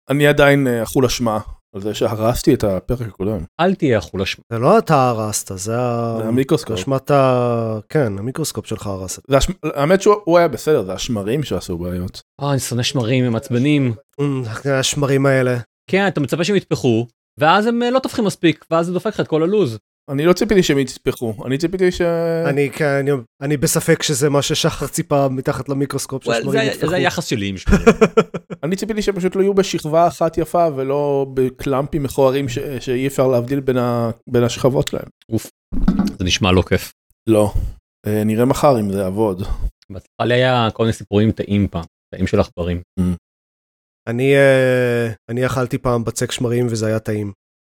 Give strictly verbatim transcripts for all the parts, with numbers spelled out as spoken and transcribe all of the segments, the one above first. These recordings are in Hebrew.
אני עדיין אכול אשמה, על זה שהרסתי את הפרק הקודם. אל תהיה אכול אשמה. זה לא אתה הרסת, זה המיקרוסקופ. אשמת ה... כן, המיקרוסקופ שלך הרסת. האמת שהוא היה בסדר, זה השמרים שעשו בעיות. אה, אני שונא שמרים, הם עצבנים. השמרים האלה. כן, אתה מצפה שהם יתפחו, ואז הם לא תפחים מספיק, ואז זה דופק לך את כל הלוז. אני לא ציפיתי שהם יתפחו, אני ציפיתי ש... אני, כן, אני, אני בספק שזה מה ששחר ציפה מתחת למיקרוסקופ שהשמרים יתפחו. זה היחס שלי עם שמרים. אני ציפיתי שפשוט לא יהיו בשכבה אחת יפה, ולא בקלאמפים מכוערים ש... שאי אפשר להבדיל בין, ה... בין השכבות שלהם. אוף, זה נשמע לא כיף. לא, נראה מחר אם זה יעבוד. בהצלחה לי היה כל מיני סיפורים טעים פעם, טעים של עכברים. אני, אני אכלתי פעם בצק שמרים וזה היה טעים.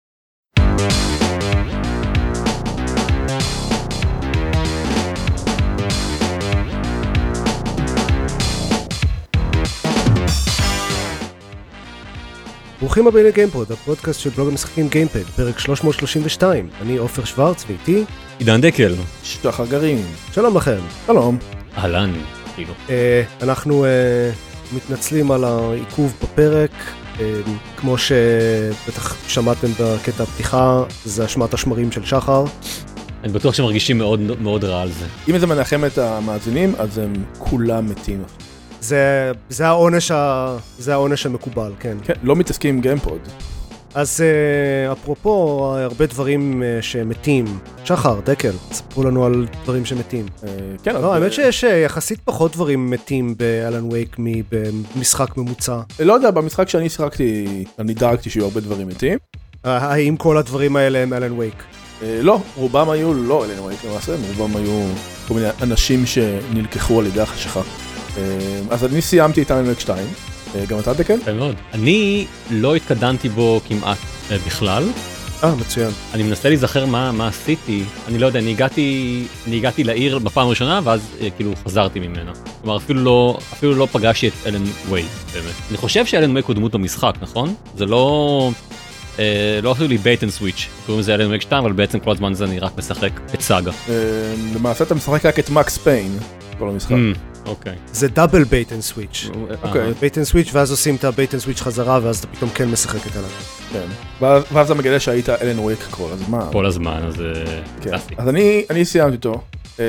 ברוכים הבאים לגיימפוד, הפודקאסט של בלוג המשחקים גיימפד, פרק שלוש מאות שלושים ושתיים. אני עופר שוורץ ואיתי עידן דקל. שחר גרעין. שלום לכם. שלום. אהלן, כאילו. אה, אנחנו אה, מתנצלים על העיכוב בפרק, אה, כמו שבטח שמעתם בקטע הפתיחה, זה אשמת השמרים של שחר. אני בטוח שמרגישים מאוד מאוד רע על זה. אם זה מנחם את המאזינים, אז הם כולם מתים. זה, זה העונש ה... זה העונש המקובל, כן. כן, לא מתעסקים עם גיימפוד. אז אפרופו, הרבה דברים שמתים. שחר, דקל, ספרו לנו על דברים שמתים. כן, לא, האמת שיש יחסית פחות דברים מתים באלן וייק מבמשחק ממוצע. לא יודע, במשחק שאני שחקתי, אני דאגתי שיהיו הרבה דברים מתים. האם כל הדברים האלה הם אלן וייק? לא, רובם היו לא אלן וייק למעשה, רובם היו כל מיני אנשים שנלקחו על ידי החשיכה. אז אני סיימתי את אלן וייק שתיים, גם אתה דקל? כן מאוד. אני לא התקדמתי בו כמעט בכלל. אה, מצוין. אני מנסה להיזכר מה, מה עשיתי. אני לא יודע, אני הגעתי, אני הגעתי לעיר בפעם הראשונה, ואז כאילו חזרתי ממנה. כלומר, אפילו לא, אפילו לא פגשתי את אלן וייק, באמת. אני חושב שאלן וייק הוא דמות במשחק, נכון? זה לא... לא עשו לי בייט אנד סוויץ', קוראים לזה אלן וייק שתיים, אבל בעצם כל הזמן זה אני רק משחק את סאגה. למעשה אתה משחק רק את מקס פיין, כל המשחק. אוקיי. זה דאבל בייט אנד סוויץ'. אוקיי. בייט אנד סוויץ' ואז עושים את הבייט אנד סוויץ' חזרה, ואז אתה פתאום כן משחק את אלן. כן. ואז אתה מגלה שהיית אלן וייק כל הזמן. כל הזמן, אז קלאסי. אז אני סיימתי אותו,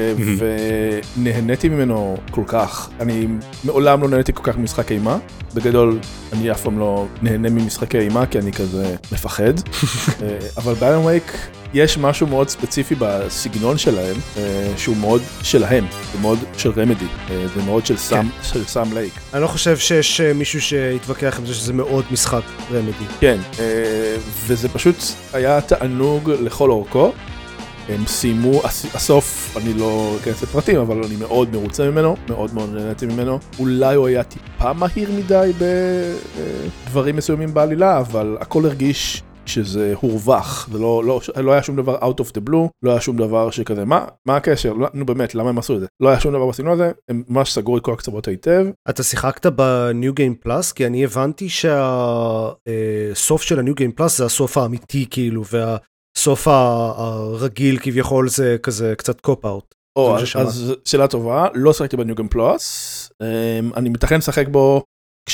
ונהניתי ממנו כל כך. אני מעולם לא נהניתי כל כך ממשחק אימה. בגדול, אני אף פעם לא נהנה ממשחקי אימה, כי אני כזה מפחד. אבל באלן וייק יש משהו מאוד ספציפי בסגנון שלהם, שהוא מאוד שלהם, זה מאוד של רמדי, זה מאוד של סאם לייק. אני לא חושב שיש מישהו שיתווכח עם זה שזה מאוד משחק רמדי. כן, וזה פשוט היה תענוג לכל אורכו. הם סיימו, הסוף, אני לא אכנס לפרטים, אבל אני מאוד מרוצה ממנו, מאוד מאוד נהניתי ממנו. אולי הוא היה טיפה מהיר מדי בדברים מסוימים בעלילה, אבל הכל הרגיש שזה הורווח, זה לא, לא, לא היה שום דבר out of the blue, לא היה שום דבר שכזה, מה, מה הקשר? לא, נו באמת, למה הם עשו את זה? לא היה שום דבר בסגנון הזה, הם ממש סגרו את כל הקצוות היטב. אתה שיחקת בניו גיים פלאס? כי אני הבנתי שהסוף של הניו גיים פלאס זה הסוף האמיתי כאילו, והסוף הרגיל כביכול זה כזה קצת קופ-אוט. או, אז שאלה טובה, לא שחקתי בניו גיים פלאס, אני מתכן לשחק בו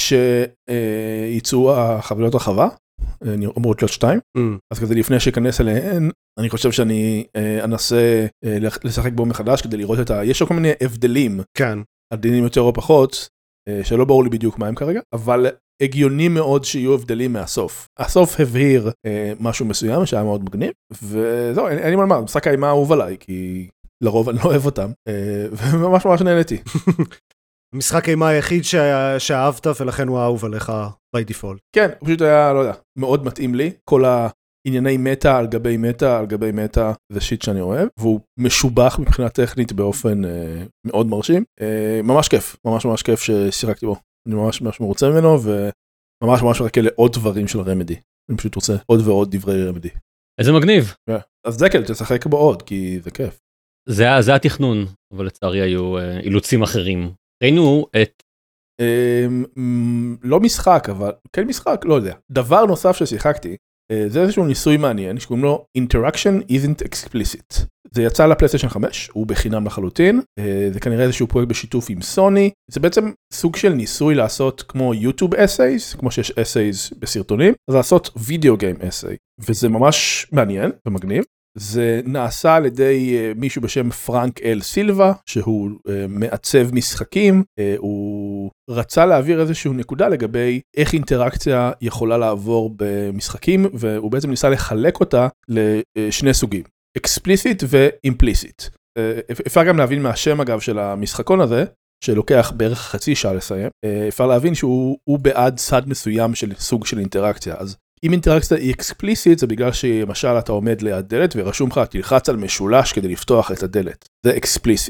כשיצאו החבילות הרחבה, אמורות להיות שתיים, אז כזה לפני שיכנס אליהן, אני חושב שאני אנסה לשחק בו מחדש כדי לראות את ה... יש לו כל מיני הבדלים, כן, עדינים יותר או פחות, שלא ברור לי בדיוק מה הם כרגע, אבל הגיוני מאוד שיהיו הבדלים מהסוף. הסוף הבהיר משהו מסוים שהיה מאוד מגניב, וזהו, אין לי מה לומר, משחק האימה אהוב עליי, כי לרוב אני לא אוהב אותם, וממש ממש נהניתי. המשחק האימה היחיד שאהבת ולכן הוא אהוב עליך by default. כן, פשוט היה, לא יודע, מאוד מתאים לי, כל הענייני מטה על גבי מטה על גבי מטה זה שיט שאני אוהב, והוא משובח מבחינה טכנית באופן אה, מאוד מרשים, אה, ממש כיף, ממש ממש כיף ששיחקתי בו, אני ממש ממש מרוצה ממנו, וממש ממש מחכה לעוד דברים של רמדי, אני פשוט רוצה עוד ועוד דברי רמדי. איזה מגניב. Yeah. אז דקל, תשחק בו עוד, כי זה כיף. זה, זה התכנון, אבל לצערי היו אה, אילוצים אחרים. ראינו את... לא משחק, אבל כן משחק, לא יודע. דבר נוסף ששיחקתי, זה איזשהו ניסוי מעניין שקוראים לו Interaction isn't explicit. זה יצא לפלייסטיישן חמש, הוא בחינם לחלוטין, זה כנראה איזשהו פרויקט בשיתוף עם סוני, זה בעצם סוג של ניסוי לעשות כמו יוטיוב אסייז, כמו שיש אסייז בסרטונים, אז לעשות וידאו גיים אסיי, וזה ממש מעניין ומגניב. זה נעשה על ידי מישהו בשם פרנק אל סילבה, שהוא מעצב משחקים, הוא רצה להעביר איזושהי נקודה לגבי איך אינטראקציה יכולה לעבור במשחקים, והוא בעצם ניסה לחלק אותה לשני סוגים, explicit ו-implicit. אפשר גם להבין מהשם אגב של המשחקון הזה, שלוקח בערך חצי שעה לסיים, אפשר להבין שהוא בעד סד מסוים של סוג של אינטראקציה, אז אם אינטראקציה היא אקספליסית, זה בגלל שמשל אתה עומד ליד דלת, ורשום לך, תלחץ על משולש כדי לפתוח את הדלת. זה אקספליסית.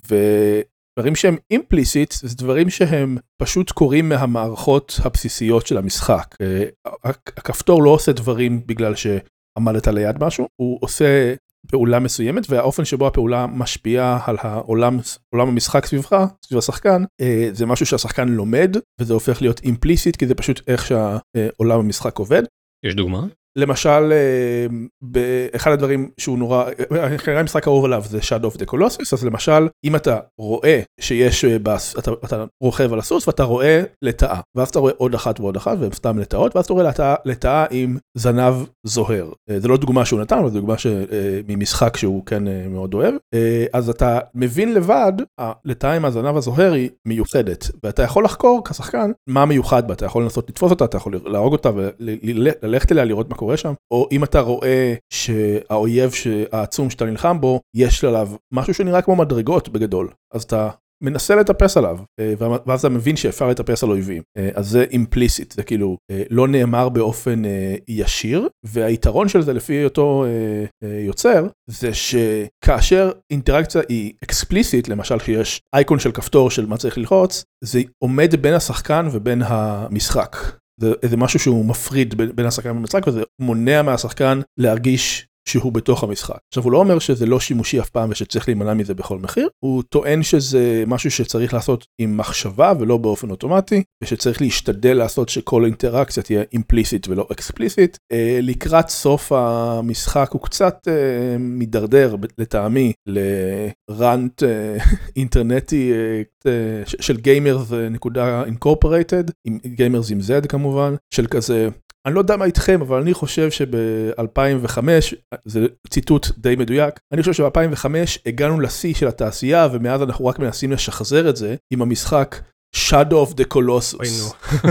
ודברים שהם אימפליסית, זה דברים שהם פשוט קורים מהמערכות הבסיסיות של המשחק. הכפתור לא עושה דברים בגלל שעמדת ליד משהו, הוא עושה פעולה מסוימת, והאופן שבו הפעולה משפיעה על העולם, עולם המשחק סביבך, סביב השחקן, זה משהו שהשחקן לומד, וזה הופך להיות אימפליסית, כי זה פשוט איך שהעולם המשחק עובד. יש דוגמה? למשל, באחד הדברים שהוא נורא, כנראה המשחק האהוב עליו זה Shadow of the Colossus, אז למשל, אם אתה רואה שיש, אתה, אתה רוכב על הסוס, ואתה רואה לטאה, ואז אתה רואה עוד אחת ועוד אחת, והם סתם לטאות, ואז אתה רואה לטאה, לטאה עם זנב זוהר. זה לא דוגמה שהוא נתן, אבל זה דוגמה ממשחק שהוא כן מאוד אוהב. אז אתה מבין לבד, לטאה עם הזנב הזוהר היא מיוחדת, ואתה יכול לחקור כשחקן מה מיוחד בה, אתה יכול לנסות לתפוס אותה, אתה יכול להרוג אותה וללכת אליה לראות מה קורה שם, או אם אתה רואה שהאויב העצום שאתה נלחם בו, יש עליו משהו שנראה כמו מדרגות בגדול, אז אתה מנסה לטפס עליו, ואז אתה מבין שאפשר לטפס על אויבים. אז זה אימפליסיט, זה כאילו לא נאמר באופן ישיר, והיתרון של זה לפי אותו יוצר, זה שכאשר אינטראקציה היא אקספליסיט, למשל שיש אייקון של כפתור של מה צריך ללחוץ, זה עומד בין השחקן ובין המשחק. זה, זה משהו שהוא מפריד בין השחקן במשחק, וזה מונע מהשחקן להרגיש שהוא בתוך המשחק. עכשיו, הוא לא אומר שזה לא שימושי אף פעם, ושצריך להימנע מזה בכל מחיר, הוא טוען שזה משהו שצריך לעשות עם מחשבה, ולא באופן אוטומטי, ושצריך להשתדל לעשות שכל אינטראקציה תהיה אימפליסית ולא אקספליסית. לקראת סוף המשחק, הוא קצת מדרדר, לטעמי, לרנט אינטרנטי של גיימרס נקודה אינקורפורייטד, גיימרס עם זד כמובן, של כזה, אני לא יודע מה איתכם, אבל אני חושב שב-אלפיים וחמש, זה ציטוט די מדויק, אני חושב שב-אלפיים וחמש הגענו לשיא של התעשייה, ומאז אנחנו רק מנסים לשחזר את זה, עם המשחק Shadow of the Colossus.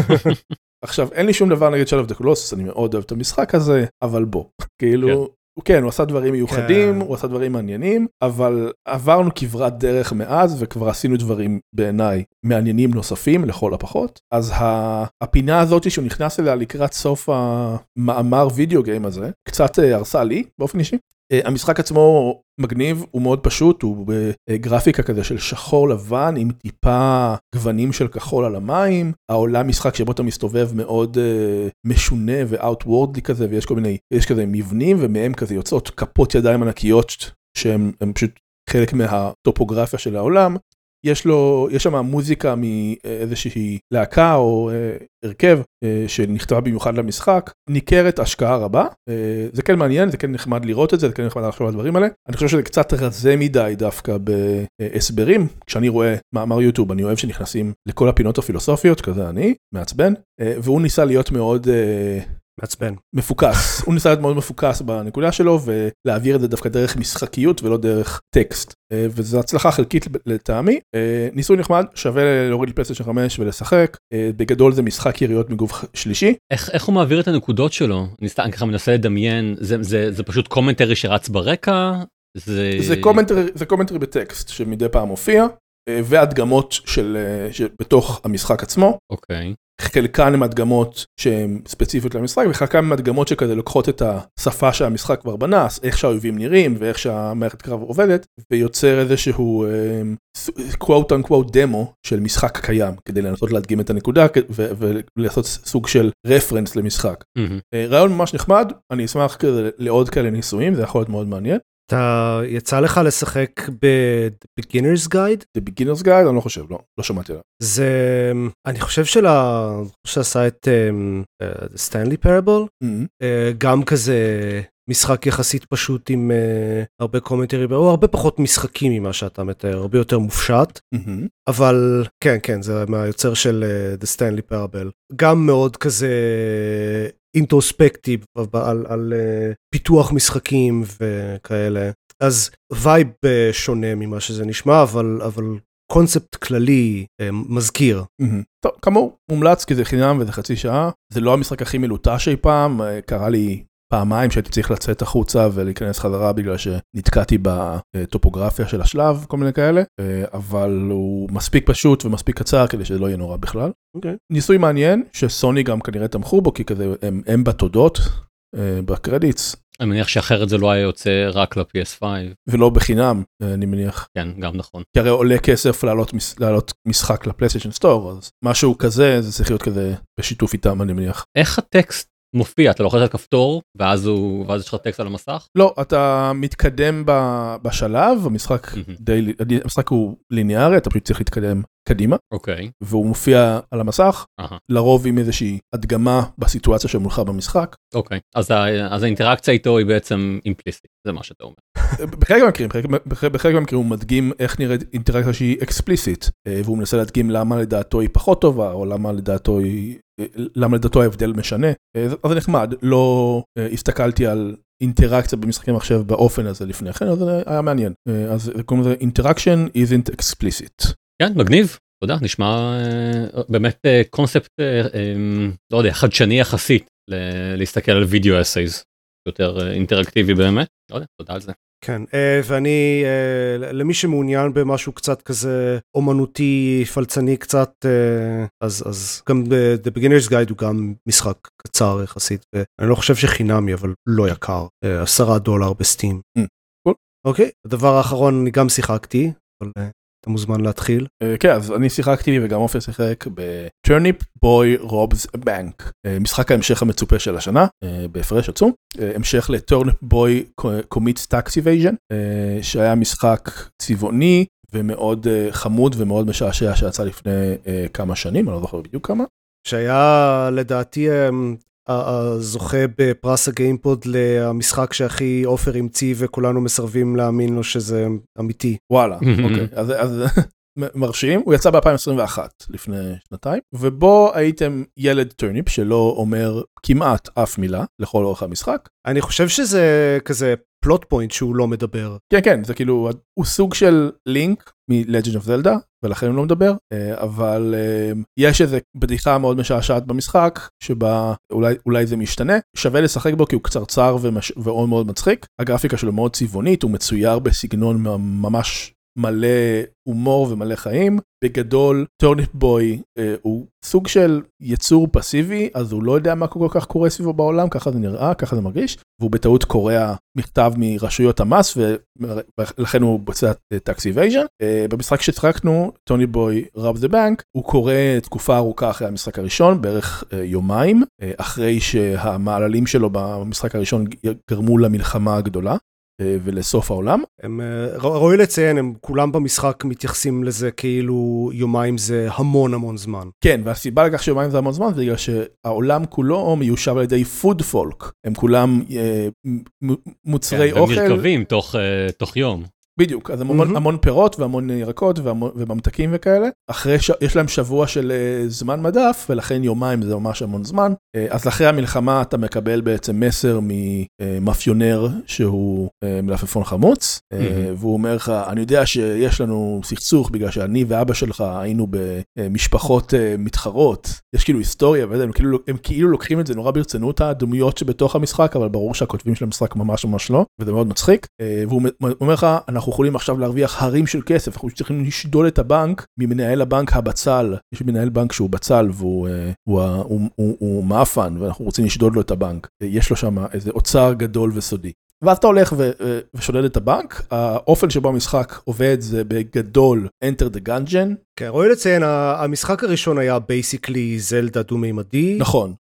עכשיו, אין לי שום דבר נגד Shadow of the Colossus, אני מאוד אוהב את המשחק הזה, אבל בוא, כאילו... כן, הוא עשה דברים מיוחדים, הוא עשה דברים מעניינים, אבל עברנו כברת דרך מאז, וכבר עשינו דברים בעיניי מעניינים נוספים, לכל הפחות. אז הפינה הזאת שהוא נכנס אליה לקראת סוף המאמר וידאו גיים הזה, קצת הרסה לי באופן אישי. המשחק עצמו מגניב, הוא מאוד פשוט, הוא בגרפיקה כזה של שחור לבן, עם טיפה גוונים של כחול על המים, העולם משחק שבו אתה מסתובב מאוד uh, משונה ו-outwardly כזה, ויש כל מיני, יש כזה מבנים, ומהם כזה יוצאות כפות ידיים ענקיות, שהם פשוט חלק מהטופוגרפיה של העולם. יש לו, יש שם מוזיקה מאיזושהי להקה או אה, הרכב אה, שנכתבה במיוחד למשחק, ניכרת השקעה רבה, אה, זה כן מעניין, זה כן נחמד לראות את זה, זה כן נחמד לחשוב על הדברים האלה, אני חושב שזה קצת רזה מדי דווקא בהסברים, כשאני רואה מאמר יוטיוב, אני אוהב שנכנסים לכל הפינות הפילוסופיות, כזה אני, מעצבן, אה, והוא ניסה להיות מאוד... אה, מעצבן. מפוקס, הוא ניסה להיות מאוד מפוקס בנקודה שלו, ולהעביר את זה דווקא דרך משחקיות ולא דרך טקסט, וזו הצלחה חלקית לטעמי. ניסוי נחמד, שווה להוריד לפלייסטיישן חמש ולשחק, בגדול זה משחק יריות מגוף שלישי. איך, איך הוא מעביר את הנקודות שלו? אני סתם ככה מנסה לדמיין, זה, זה, זה פשוט קומנטרי שרץ ברקע? זה, זה קומנטרי, זה קומנטרי בטקסט שמדי פעם מופיע, והדגמות של, בתוך המשחק עצמו. אוקיי. חלקן הם הדגמות שהן ספציפיות למשחק, וחלקן הם הדגמות שכזה לוקחות את השפה שהמשחק כבר בנה, איך שהאויבים נראים, ואיך שהמערכת קרב עובדת, ויוצר איזשהו quote unquote דמו של משחק קיים, כדי לנסות להדגים את הנקודה, ולעשות סוג של רפרנס למשחק. רעיון ממש נחמד, אני אשמח לעוד כאלה ניסויים, זה יכול להיות מאוד מעניין. אתה יצא לך לשחק ב-Beginner's Guide? The Beginner's Guide? אני לא חושב, לא, לא שמעתי עליו. זה, אני חושב שלה, שעשה את סטנלי פרבל, גם כזה משחק יחסית פשוט עם uh, הרבה קומנטרי, או הרבה פחות משחקים ממה שאתה מתאר, הרבה יותר מופשט, mm-hmm. אבל כן, כן, זה מהיוצר של uh, The Stanley Parable. גם מאוד כזה אינטרוספקטיב על, על uh, פיתוח משחקים וכאלה. אז וייב uh, שונה ממה שזה נשמע, אבל, אבל קונספט כללי uh, מזכיר. Mm-hmm. טוב, כאמור, מומלץ כי זה חינם וזה חצי שעה. זה לא המשחק הכי מלוטש אי פעם, קרה לי פעמיים שהייתי צריך לצאת החוצה ולהיכנס חזרה בגלל שנתקעתי בטופוגרפיה של השלב, כל מיני כאלה, אבל הוא מספיק פשוט ומספיק קצר כדי שזה לא יהיה נורא בכלל. Okay. ניסוי מעניין שסוני גם כנראה תמכו בו, כי כזה הם, הם בתודות, בקרדיטס. אני מניח שאחרת זה לא היה יוצא רק ל-פי אס פייב. ולא בחינם, אני מניח. כן, גם נכון. כי הרי עולה כסף לעלות, לעלות משחק לפלייסטיישן סטור, אז משהו כזה, זה צריך להיות כזה בשיתוף איתם, אני מניח. איך הטקסט מופיע? אתה לוחץ על כפתור, ואז הוא, ואז יש לך טקסט על המסך? לא, אתה מתקדם בשלב, המשחק די, המשחק הוא ליניארי, אתה פשוט צריך להתקדם קדימה. אוקיי. והוא מופיע על המסך, לרוב עם איזושהי הדגמה בסיטואציה שמולך במשחק. אוקיי, אז אז האינטראקציה איתו היא בעצם אימפליסטית, זה מה שאתה אומר. בחלק מהמקרים, בחלק מהמקרים הוא מדגים איך נראית אינטראקציה שהיא אקספליסית, והוא מנסה להדגים למה לדעתו היא פחות טובה, או למה לדעתו היא, למה לדעתו ההבדל משנה. אז זה נחמד, לא הסתכלתי על אינטראקציה במשחקים עכשיו באופן הזה לפני כן, אז זה היה מעניין. אז קוראים לזה Interaction isn't explicit. כן, מגניב. אתה יודע, נשמע באמת קונספט, לא יודע, חדשני יחסית, להסתכל על וידאו אסייז, יותר אינטראקטיבי באמת. לא יודע, תודה על זה. כן, ואני, למי שמעוניין במשהו קצת כזה אומנותי, פלצני קצת, אז, אז גם The Beginner's Guide הוא גם משחק קצר יחסית, ואני לא חושב שחינמי, אבל לא יקר, עשרה דולר בסטים. אוקיי, הדבר האחרון, אני גם שיחקתי, אבל אתה מוזמן להתחיל. כן, אז אני שיחקתי וגם אופן שיחק ב-Turnip Boy Robs a Bank, משחק ההמשך המצופה של השנה, בהפרש עצום, המשך ל-Turnip Boy Commits Tax Evasion, שהיה משחק צבעוני ומאוד חמוד ומאוד משעשע שיצא לפני כמה שנים, אני לא זוכר בדיוק כמה. שהיה לדעתי הזוכה בפרס הגיימפוד למשחק שהכי אופר המציא וכולנו מסרבים להאמין לו שזה אמיתי. וואלה, אוקיי. אז, אז מרשים, הוא יצא ב-אלפיים עשרים ואחת לפני שנתיים, ובו הייתם ילד טרניפ שלא אומר כמעט אף מילה לכל אורך המשחק. אני חושב שזה כזה פלוט פוינט שהוא לא מדבר. כן, כן, זה כאילו, הוא סוג של לינק מ-Legend of Zelda, ולכן הוא לא מדבר, אבל יש איזו בדיחה מאוד משעשעת במשחק, שבה אולי, אולי זה משתנה, שווה לשחק בו כי הוא קצרצר ומאוד מאוד מצחיק, הגרפיקה שלו מאוד צבעונית, הוא מצויר בסגנון ממש מלא הומור ומלא חיים, בגדול טורניפ בוי אה, הוא סוג של יצור פסיבי, אז הוא לא יודע מה כל כך קורה סביבו בעולם, ככה זה נראה, ככה זה מרגיש, והוא בטעות קורא מכתב מרשויות המס, ולכן הוא בוצע טקס איבייז'ן. אה, במשחק שצחקנו, טורניפ בוי רב זה בנק, הוא קורא תקופה ארוכה אחרי המשחק הראשון, בערך אה, יומיים, אה, אחרי שהמעללים שלו במשחק הראשון גרמו למלחמה הגדולה. ולסוף העולם. הם ראוי לציין, הם כולם במשחק מתייחסים לזה כאילו יומיים זה המון המון זמן. כן, והסיבה לכך שיומיים זה המון זמן, זה בגלל שהעולם כולו מיושב על ידי פוד פולק. הם כולם אה, מוצרי כן, אוכל. ומרכבים תוך, uh, תוך יום. בדיוק, אז המון, mm-hmm. המון פירות והמון ירקות והמון, וממתקים וכאלה. אחרי ש... יש להם שבוע של uh, זמן מדף, ולכן יומיים זה ממש המון זמן. Uh, אז אחרי המלחמה אתה מקבל בעצם מסר ממאפיונר שהוא uh, מלפפון חמוץ, mm-hmm. uh, והוא אומר לך, אני יודע שיש לנו סכסוך בגלל שאני ואבא שלך היינו במשפחות uh, מתחרות. יש כאילו היסטוריה, והם כאילו, הם כאילו לוקחים את זה נורא ברצינות, הדמויות שבתוך המשחק, אבל ברור שהכותבים של המשחק ממש ממש לא, וזה מאוד מצחיק. Uh, והוא אומר לך, אנחנו יכולים עכשיו להרוויח הרים של כסף, אנחנו צריכים לשדול את הבנק ממנהל הבנק הבצל, יש מנהל בנק שהוא בצל והוא הוא, הוא, הוא, הוא, הוא מאפן, ואנחנו רוצים לשדול לו את הבנק, יש לו שם איזה אוצר גדול וסודי. ואז אתה הולך ו, ושודד את הבנק, האופן שבו המשחק עובד זה בגדול Enter the Gungeon. כן, רואה לציין, המשחק הראשון היה basically זלדה דו-מימדי. נכון.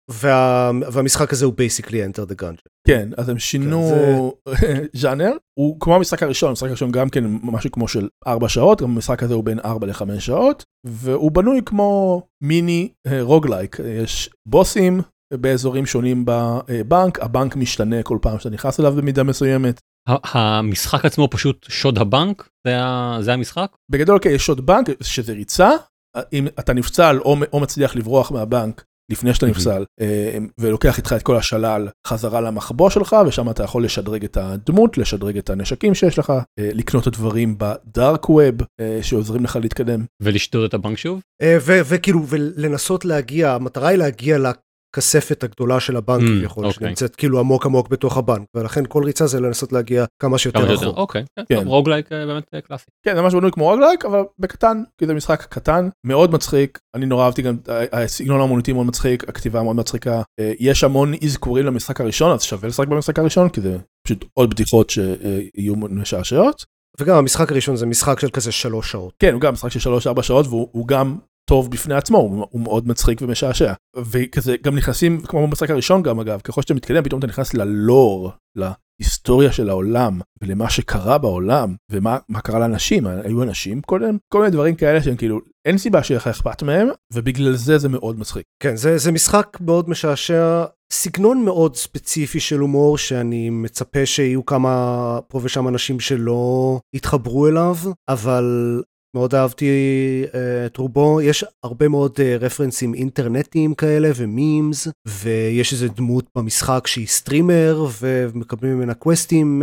וה, והמשחק הזה הוא basically enter the gungeon. כן, אז הם שינו כן, ז'אנר, הוא כמו המשחק הראשון, המשחק הראשון גם כן משהו כמו של ארבע שעות, גם המשחק הזה הוא בין ארבע לחמש שעות, והוא בנוי כמו מיני רוגלייק, יש בוסים באזורים שונים בבנק, הבנק משתנה כל פעם שאתה נכנס אליו במידה מסוימת. המשחק עצמו פשוט שוד הבנק? זה המשחק? בגדול כן, יש שוד בנק, שזה ריצה, אם אתה נפצל או מצליח לברוח מהבנק, לפני שאתה נפסל, ולוקח איתך את כל השלל חזרה למחבוא שלך, ושם אתה יכול לשדרג את הדמות, לשדרג את הנשקים שיש לך, לקנות את הדברים בדארק ווב, שעוזרים לך להתקדם. ולשדוד את הבנק שוב? וכאילו, ולנסות להגיע, המטרה היא להגיע לכספת הגדולה של הבנק, יכול שנמצאת כאילו עמוק עמוק בתוך הבנק, ולכן כל ריצה זה לנסות להגיע כמה שיותר רחוק. אוקיי, רוגלייק באמת קלאסי. כן, זה ממש בנוי כמו רוגלייק, אבל בקטן, כי זה משחק קטן, מאוד מצחיק, אני נורא אהבתי גם, הסגנון האמנותי מאוד מצחיק, הכתיבה מאוד מצחיקה, יש המון אזכורים למשחק הראשון, אז שווה לשחק במשחק הראשון, כי זה פשוט עוד בדיחות שיהיו משעשעות. וגם המשחק הראשון זה משחק של כזה שלוש שעות. כן, הוא גם משחק של שלוש ארבע שעות, והוא גם טוב בפני עצמו, הוא, הוא מאוד מצחיק ומשעשע. וכזה גם נכנסים, כמו במשחק הראשון גם אגב, ככל שאתה מתקדם, פתאום אתה נכנס ללור, להיסטוריה של העולם, ולמה שקרה בעולם, ומה מה קרה לאנשים, היו אנשים קודם, כל מיני דברים כאלה שהם כאילו, אין סיבה שיהיה לך אכפת מהם, ובגלל זה זה מאוד מצחיק. כן, זה, זה משחק מאוד משעשע, סגנון מאוד ספציפי של הומור, שאני מצפה שיהיו כמה פה ושם אנשים שלא יתחברו אליו, אבל מאוד אהבתי את רובו, יש הרבה מאוד רפרנסים אינטרנטיים כאלה ומימס, ויש איזו דמות במשחק שהיא סטרימר, ומקבלים ממנה קווסטים,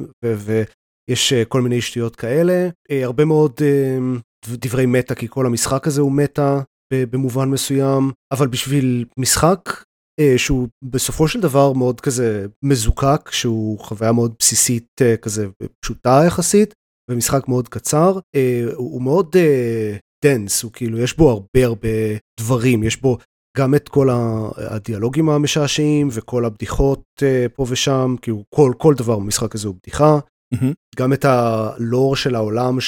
ויש כל מיני שטויות כאלה, הרבה מאוד דברי מטה, כי כל המשחק הזה הוא מטה במובן מסוים, אבל בשביל משחק שהוא בסופו של דבר מאוד כזה מזוקק, שהוא חוויה מאוד בסיסית כזה פשוטה יחסית, ומשחק מאוד קצר, הוא מאוד דנס, הוא כאילו, יש בו הרבה הרבה דברים, יש בו גם את כל הדיאלוגים המשעשעים, וכל הבדיחות פה ושם, כאילו כל, כל דבר במשחק הזה הוא בדיחה, גם את הלור של העולם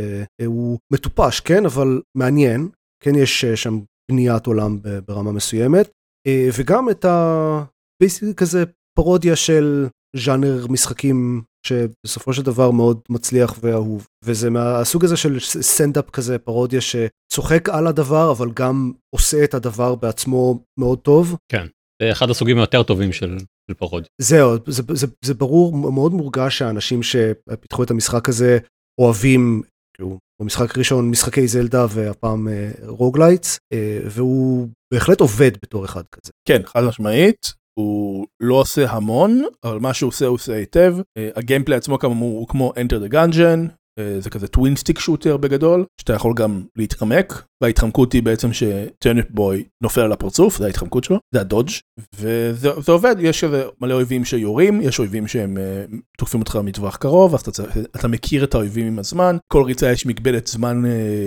שהוא מטופש, כן, אבל מעניין, כן, יש שם בניית עולם ברמה מסוימת, וגם את ה... בייסיק כזה פרודיה של ז'אנר משחקים שבסופו של דבר מאוד מצליח ואהוב, וזה מהסוג הזה של סטנדאפ כזה, פרודיה שצוחק על הדבר, אבל גם עושה את הדבר בעצמו מאוד טוב. כן, זה אחד הסוגים היותר טובים של, של פרודיה. זהו, זה, זה, זה ברור, מאוד מורגש שהאנשים שפיתחו את המשחק הזה אוהבים, כאילו, במשחק ראשון משחקי זלדה והפעם רוגלייטס, והוא בהחלט עובד בתור אחד כזה. כן, חד משמעית. הוא לא עושה המון, אבל מה שהוא עושה, הוא עושה היטב. הגיימפלי עצמו כמו, הוא כמו Enter the Gungeon, זה כזה טווין סטיק שוטר בגדול, שאתה יכול גם להתחמק, וההתחמקות היא בעצם שטרניפ בוי נופל על הפרצוף, זה ההתחמקות שלו, זה הדודג', וזה זה עובד, יש מלא אויבים שיורים, יש אויבים שהם תוקפים אותך מטווח קרוב, אז אתה, אתה מכיר את האויבים עם הזמן, כל ריצה יש מגבלת זמן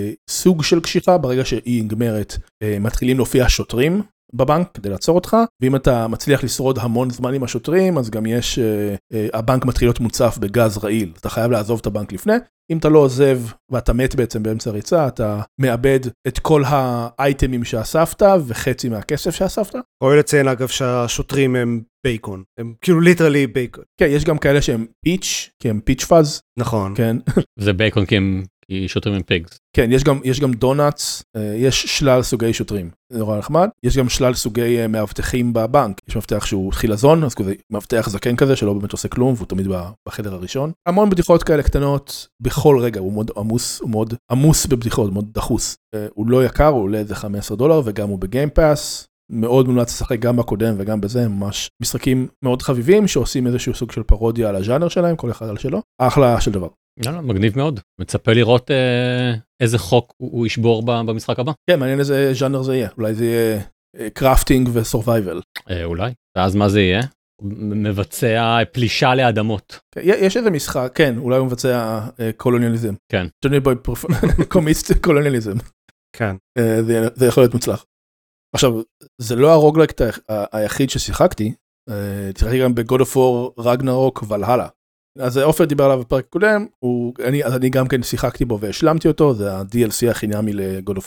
סוג של קשיחה, ברגע שהיא נגמרת, מתחילים להופיע שוטרים, בבנק כדי לעצור אותך, ואם אתה מצליח לשרוד המון זמן עם השוטרים, אז גם יש, הבנק מתחיל להיות מוצף בגז רעיל, אתה חייב לעזוב את הבנק לפני, אם אתה לא עוזב ואתה מת בעצם באמצע הריצה, אתה מאבד את כל האייטמים שאספת וחצי מהכסף שאספת. ראוי לציין אגב שהשוטרים הם בייקון, הם כאילו ליטרלי בייקון. כן, יש גם כאלה שהם פיץ', כי הם פיץ' פאז. נכון. כן. זה בייקון כי הם שוטרים עם פיגס. כן, יש גם, יש גם דונאטס, יש שלל סוגי שוטרים, זה נורא נחמד. יש גם שלל סוגי מאבטחים בבנק. יש מפתח שהוא חילזון, אז כזה מאבטח זקן כזה שלא באמת עושה כלום, והוא תמיד בחדר הראשון. המון בדיחות כאלה קטנות בכל רגע, הוא מאוד עמוס, הוא מאוד עמוס בבדיחות, מאוד דחוס. הוא לא יקר, הוא עולה איזה חמישה עשר דולר, וגם הוא בגיימפאס. מאוד מומלץ לשחק גם בקודם וגם בזה, ממש משחקים מאוד חביבים, שעושים איזשהו סוג של פרודיה על הז'אנר שלהם, כל אחד על שלו. אחלה של דבר. יאללה, מגניב מאוד. מצפה לראות אה, איזה חוק הוא, הוא ישבור במשחק הבא. כן, מעניין איזה ז'אנר זה יהיה. אולי זה יהיה קראפטינג וסורווייבל. אה, אולי. ואז מה זה יהיה? מבצע פלישה לאדמות. כן, יש איזה משחק, כן, אולי הוא מבצע קולוניאליזם. כן. קומיסט קולוניאליזם. כן. זה, זה יכול להיות מוצלח. עכשיו, זה לא הרוגלייק היחיד ששיחקתי, שיחקתי גם ב-God of War, Ragnarok, ולהלה. אז אופר דיבר עליו בפרק קודם, אני, אז אני גם כן שיחקתי בו והשלמתי אותו, זה ה-די אל סי החינמי ל-God of War,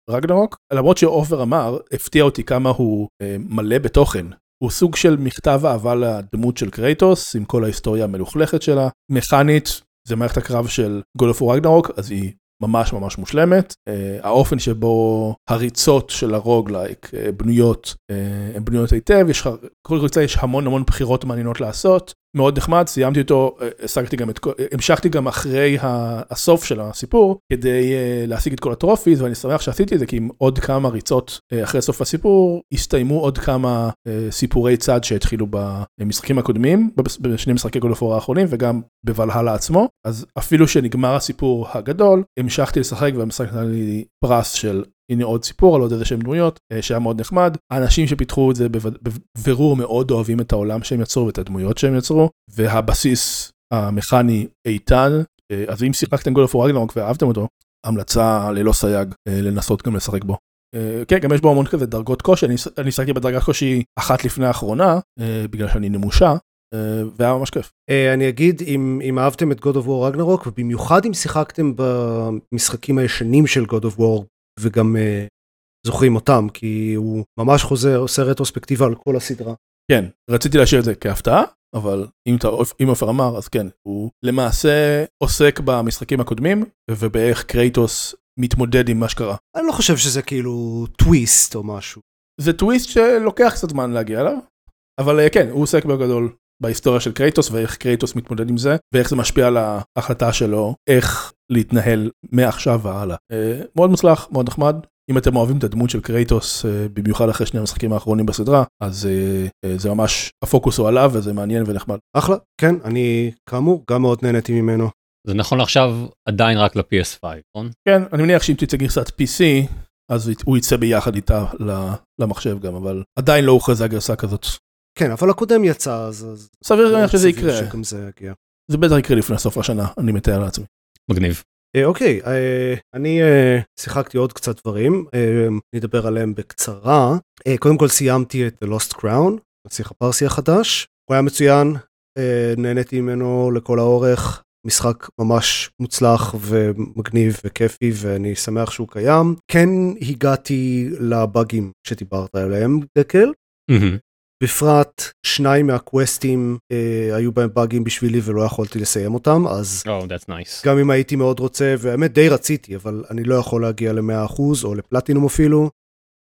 רגנרוק, למרות שאופר אמר, הפתיע אותי כמה הוא מלא בתוכן. הוא סוג של מכתב אהבה לדמות של קרייטוס, עם כל ההיסטוריה המלוכלכת שלה. מכנית, זה מערכת הקרב של God of War Ragnarok, אז היא ממש ממש מושלמת. האופן שבו הריצות של הרוגלייק בנויות, הן בנויות היטב, כל ריצה יש המון המון בחירות מעניינות לעשות. מאוד נחמד, סיימתי אותו, השגתי גם את, המשכתי גם אחרי הסוף של הסיפור, כדי להשיג את כל הטרופיז, ואני שמח שעשיתי את זה, כי עם עוד כמה ריצות אחרי סוף הסיפור, הסתיימו עוד כמה סיפורי צד שהתחילו במשחקים הקודמים, בשני משחקי God of War האחרונים, וגם בוולהלה עצמו, אז אפילו שנגמר הסיפור הגדול, המשכתי לשחק, והמשחק נתן לי פרס של הנה עוד סיפור על עוד איזה שהם דמויות, שהיה מאוד נחמד. האנשים שפיתחו את זה בבירור מאוד אוהבים את העולם שהם יצרו ואת הדמויות שהם יצרו, והבסיס המכני איתן, אז אם שיחקתם God of War Ragnarok ואהבתם אותו, המלצה ללא סייג לנסות גם לשחק בו. כן, גם יש בו המון כזה דרגות קושי, אני שחקתי בדרגת קושי אחת לפני האחרונה, בגלל שאני נמושה, והיה ממש כיף. אני אגיד, אם אהבתם את God of War Ragnarok, ובמיוחד אם שיחקתם במשחקים הישנים של God of War, וגם uh, זוכרים אותם, כי הוא ממש חוזר, עושה רטרוספקטיבה על כל הסדרה. כן, רציתי להשאיר את זה כהפתעה, אבל אם, אתה, אם אופר אמר, אז כן, הוא למעשה עוסק במשחקים הקודמים, ובאיך קרייטוס מתמודד עם מה שקרה. אני לא חושב שזה כאילו טוויסט או משהו. זה טוויסט שלוקח קצת זמן להגיע אליו, אבל כן, הוא עוסק בגדול בהיסטוריה של קרייטוס, ואיך קרייטוס מתמודד עם זה, ואיך זה משפיע על ההחלטה שלו, איך להתנהל מעכשיו והלאה. מאוד מוצלח, מאוד נחמד. אם אתם אוהבים את הדמות של קרייטוס, במיוחד אחרי שני המשחקים האחרונים בסדרה, אז זה ממש, הפוקוס הוא עליו, וזה מעניין ונחמד. אחלה, כן, אני כאמור גם מאוד נהניתי ממנו. זה נכון עכשיו עדיין רק ל-פי אס חמש, נכון? כן, אני מניח שאם תצא גרסת פי סי, אז הוא יצא ביחד איתה למחשב גם, אבל עדיין לא הוכרזה גרסה כזאת. כן, אבל הקודם יצא, אז... סביר להניח שזה יקרה. שגם זה יגיע. זה בטח יקרה לפני סוף השנה, אני מתאר לעצמי. מגניב. אוקיי, אני שיחקתי עוד קצת דברים, נדבר עליהם בקצרה. קודם כל סיימתי את The Lost Crown, נסיך הפרסי החדש. הוא היה מצוין, נהניתי ממנו לכל האורך, משחק ממש מוצלח ומגניב וכיפי, ואני שמח שהוא קיים. כן הגעתי לבאגים שדיברת עליהם, דקל. בפרט שניים מהקווסטים אה, היו בהם באגים בשבילי ולא יכולתי לסיים אותם, אז oh, that's nice. גם אם הייתי מאוד רוצה, והאמת די רציתי, אבל אני לא יכול להגיע ל-מאה אחוז או לפלטינום אפילו.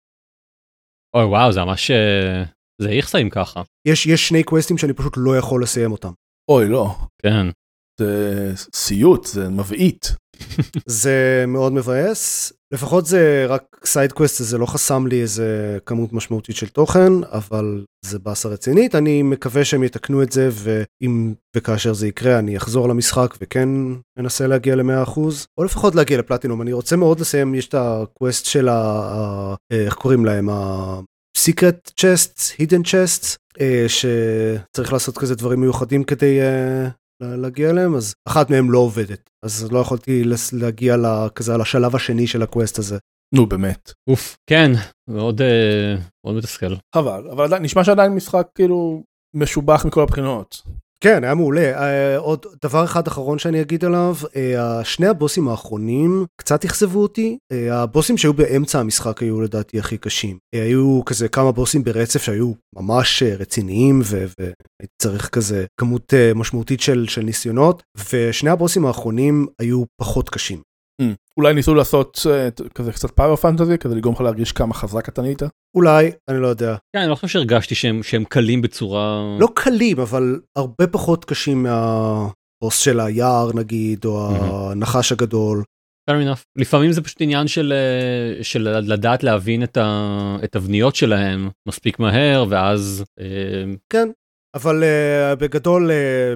אוי oh, וואו, זה ממש, זה יחסאים ככה. יש, יש שני קווסטים שאני פשוט לא יכול לסיים אותם. אוי לא. כן. זה סיוט, זה מבעית. זה מאוד מבאס, לפחות זה רק סייד קווסט, זה לא חסם לי איזה כמות משמעותית של תוכן, אבל זה באסה רצינית, אני מקווה שהם יתקנו את זה, ואם וכאשר זה יקרה, אני אחזור למשחק, וכן אנסה להגיע ל-מאה אחוז, או לפחות להגיע לפלטינום, אני רוצה מאוד לסיים, יש את הקווסט של ה... איך קוראים להם? ה-Secret Chests, Hidden Chests, שצריך לעשות כזה דברים מיוחדים כדי... להגיע אליהם, אז אחת מהם לא עובדת, אז לא יכולתי להגיע כזה על השלב השני של הקווסט הזה. נו באמת. אוף, כן, מאוד, מאוד מתסכל. חבל, אבל נשמע שעדיין משחק כאילו משובח מכל הבחינות. כן, היה מעולה. עוד דבר אחד אחרון שאני אגיד עליו, שני הבוסים האחרונים קצת אכזבו אותי. הבוסים שהיו באמצע המשחק היו לדעתי הכי קשים. היו כזה כמה בוסים ברצף שהיו ממש רציניים, והייתי צריך כזה כמות משמעותית של, של ניסיונות, ושני הבוסים האחרונים היו פחות קשים. אולי ניסו לעשות כזה קצת פאוור פנטזי, כדי לגרום לך להרגיש כמה חזק אתה נהיית? אולי, אני לא יודע. כן, אני לא חושב שהרגשתי שהם, שהם קלים בצורה... לא קלים, אבל הרבה פחות קשים מהבוס של היער נגיד, או הנחש הגדול. fair enough. לפעמים זה פשוט עניין של, של לדעת להבין את, ה, את הבניות שלהם מספיק מהר, ואז... כן, אבל בגדול,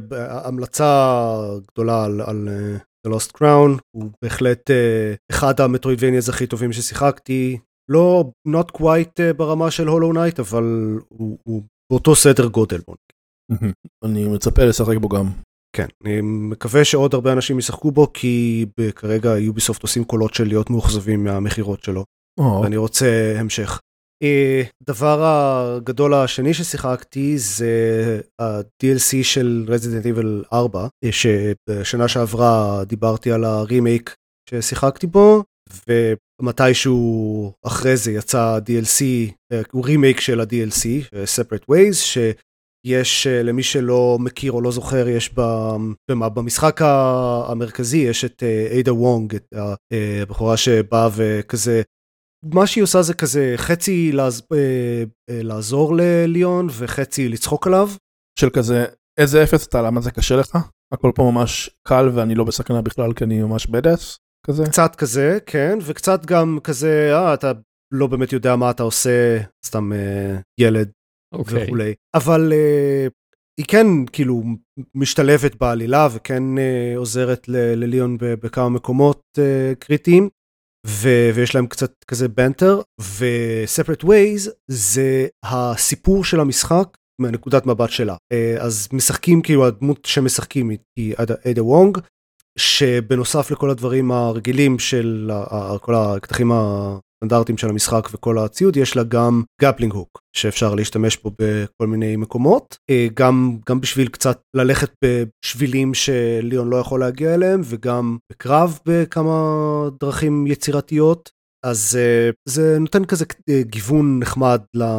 המלצה גדולה על... על The Lost Crown, הוא בהחלט uh, אחד המטרוידבניאז הכי טובים ששיחקתי, לא, not quite uh, ברמה של הולו נייט, אבל הוא, הוא באותו סדר גודל. אני מצפה לשחק בו גם. כן, אני מקווה שעוד הרבה אנשים ישחקו בו, כי כרגע יוביסופט עושים קולות של להיות מאוכזבים מהמחירות שלו, oh. ואני רוצה המשך. דבר הגדול השני ששיחקתי זה ה-די אל סי של Resident Evil ארבע, שבשנה שעברה דיברתי על הרימייק ששיחקתי בו, מתישהו אחרי זה יצא די אל סי, הוא רימייק של ה-די אל סי, Separate Ways, שיש, למי שלא מכיר או לא זוכר, יש במשחק המרכזי, יש את איידה וונג, את הבחורה שבאה וכזה, מה שהיא עושה זה כזה חצי לעזור לליון וחצי לצחוק עליו. של כזה, איזה אפס אתה, למה זה קשה לך? הכל פה ממש קל ואני לא בסכנה בכלל כי אני ממש בדס, כזה? קצת כזה, כן, וקצת גם כזה, אה, אתה לא באמת יודע מה אתה עושה, סתם אה, ילד okay. וכולי. אבל אה, היא כן כאילו משתלבת בעלילה וכן אה, עוזרת ל- לליון בכמה מקומות אה, קריטיים. ו- ויש להם קצת כזה בנטר, ו-Separate Ways זה הסיפור של המשחק מהנקודת מבט שלה. אז משחקים, כאילו הדמות שמשחקים היא איידה וונג, שבנוסף לכל הדברים הרגילים של כל הכתכים הסטנדרטיים של המשחק וכל הציוד, יש לה גם גפלינג הוק, שאפשר להשתמש בו בכל מיני מקומות, גם, גם בשביל קצת ללכת בשבילים שליון לא יכול להגיע אליהם, וגם בקרב בכמה דרכים יצירתיות, אז זה נותן כזה גיוון נחמד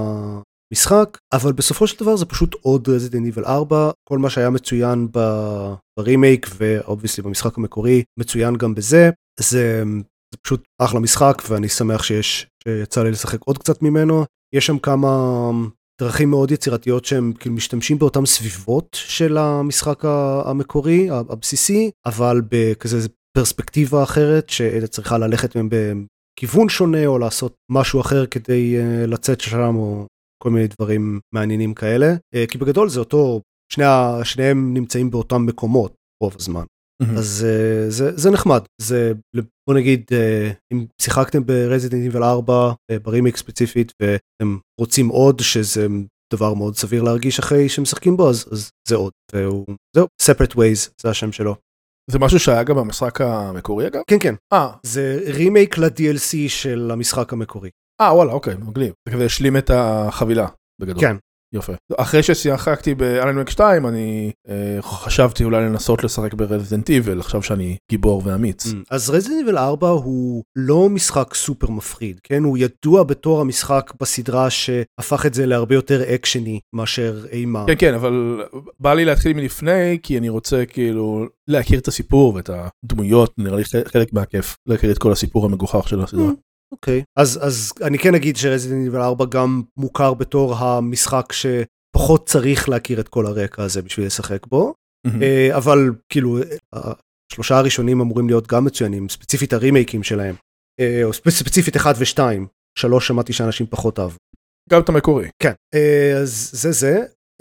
למשחק, אבל בסופו של דבר זה פשוט עוד Resident Evil ארבע, כל מה שהיה מצוין ברימייק, ואובייסלי במשחק המקורי, מצוין גם בזה, זה... זה פשוט אחלה משחק, ואני שמח שיש, שיצא לי לשחק עוד קצת ממנו. יש שם כמה דרכים מאוד יצירתיות שהם כאילו משתמשים באותם סביבות של המשחק המקורי, הבסיסי, אבל בכזה פרספקטיבה אחרת, שאתה צריכה ללכת מהם בכיוון שונה, או לעשות משהו אחר כדי לצאת שם, או כל מיני דברים מעניינים כאלה. כי בגדול זה אותו, שני, שניהם נמצאים באותם מקומות רוב הזמן. אז זה, זה נחמד, זה, בוא נגיד, אם שיחקתם ב-Resident Evil ארבע, ברימיק ספציפית, ואתם רוצים עוד, שזה דבר מאוד סביר להרגיש אחרי שמשחקים בו, אז, אז זה עוד, והוא, זהו, Separate Ways, זה השם שלו. זה משהו שהיה גם במשחק המקורי אגב? כן, כן. אה. זה רימייק ל-די אל סי של המשחק המקורי. אה, וואלה, אוקיי, מגניב. זה כזה השלים את החבילה, בגדול. כן. יופי. אחרי ששיחקתי באלן וייק שתיים, אני אה, חשבתי אולי לנסות לשחק ברזידנט איבל, עכשיו שאני גיבור ואמיץ. Mm. אז רזידנט איבל ארבע הוא לא משחק סופר מפחיד, כן? הוא ידוע בתור המשחק בסדרה שהפך את זה להרבה יותר אקשני מאשר אימה. כן, כן, אבל בא לי להתחיל מלפני, כי אני רוצה כאילו להכיר את הסיפור ואת הדמויות, נראה לי חלק מהכיף, להכיר את כל הסיפור המגוחך של הסדרה. Mm. אוקיי, okay. אז, אז אני כן אגיד שרזידנט איבל ארבע גם מוכר בתור המשחק שפחות צריך להכיר את כל הרקע הזה בשביל לשחק בו, mm-hmm. אבל כאילו השלושה הראשונים אמורים להיות גם מצוינים, ספציפית הרימייקים שלהם, או ספציפית אחד ושתיים, שלוש שמעתי שאנשים פחות אהבו. גם את המקורי. כן, אז זה זה.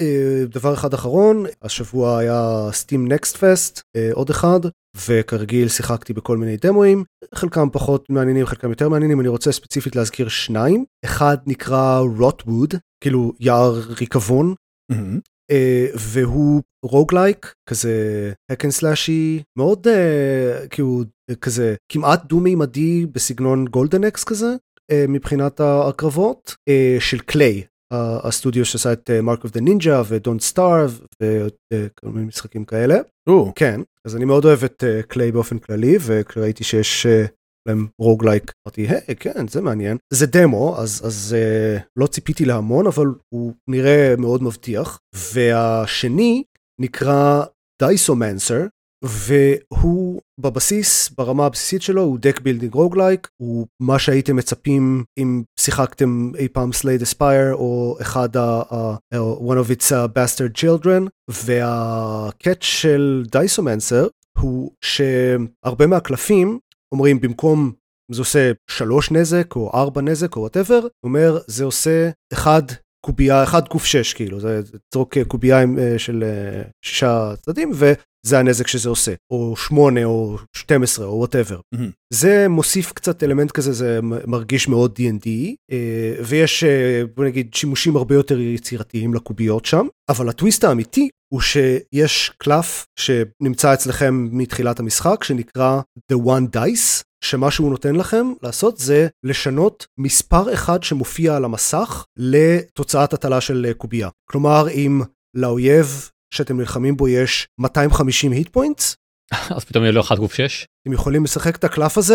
דבר אחד אחרון, השבוע היה Steam Next Fest, עוד אחד, וכרגיל שיחקתי בכל מיני דמואים, חלקם פחות מעניינים, חלקם יותר מעניינים, אני רוצה ספציפית להזכיר שניים, אחד נקרא Rotwood, כאילו יער ריקבון, mm-hmm. והוא רוגלייק, כזה hack and slashי, מאוד כאילו כזה כמעט דו-מימדי בסגנון גולדן-אקס כזה, מבחינת הקרבות, של קליי, הסטודיו שעשה את Mark of the Ninja ו-Don't Starve וכל מיני משחקים כאלה. או. כן, אז אני מאוד אוהב את קליי באופן כללי, וכשראיתי שיש להם רוגלייק, אמרתי, היי, כן, זה מעניין. זה דמו, אז, אז לא ציפיתי להמון, אבל הוא נראה מאוד מבטיח. והשני נקרא Diceomancer, והוא בבסיס, ברמה הבסיסית שלו, הוא deck building roguelike, הוא מה שהייתם מצפים אם שיחקתם אי פעם Slay the Spire, או אחד ה... one of its bastard children, והקאץ' של Diceomancer הוא שהרבה מהקלפים אומרים במקום זה עושה שלוש נזק, או ארבע נזק, או whatever, הוא אומר זה עושה אחד קובייה, אחד קוף שש, כאילו, זה צרוק קובייה של שישה צדדים, ו... זה הנזק שזה עושה, או שמונה, או שתים עשרה, או whatever. Mm-hmm. זה מוסיף קצת אלמנט כזה, זה מרגיש מאוד די אנד די, ויש, בוא נגיד, שימושים הרבה יותר יצירתיים לקוביות שם, אבל הטוויסט האמיתי הוא שיש קלף שנמצא אצלכם מתחילת המשחק, שנקרא The One Dice, שמה שהוא נותן לכם לעשות זה לשנות מספר אחד שמופיע על המסך לתוצאת הטלה של קובייה. כלומר, אם לאויב שאתם נלחמים בו יש מאתיים וחמישים היט פוינטס. אז פתאום יהיה לו אחד גוף שש. אתם יכולים לשחק את הקלף הזה,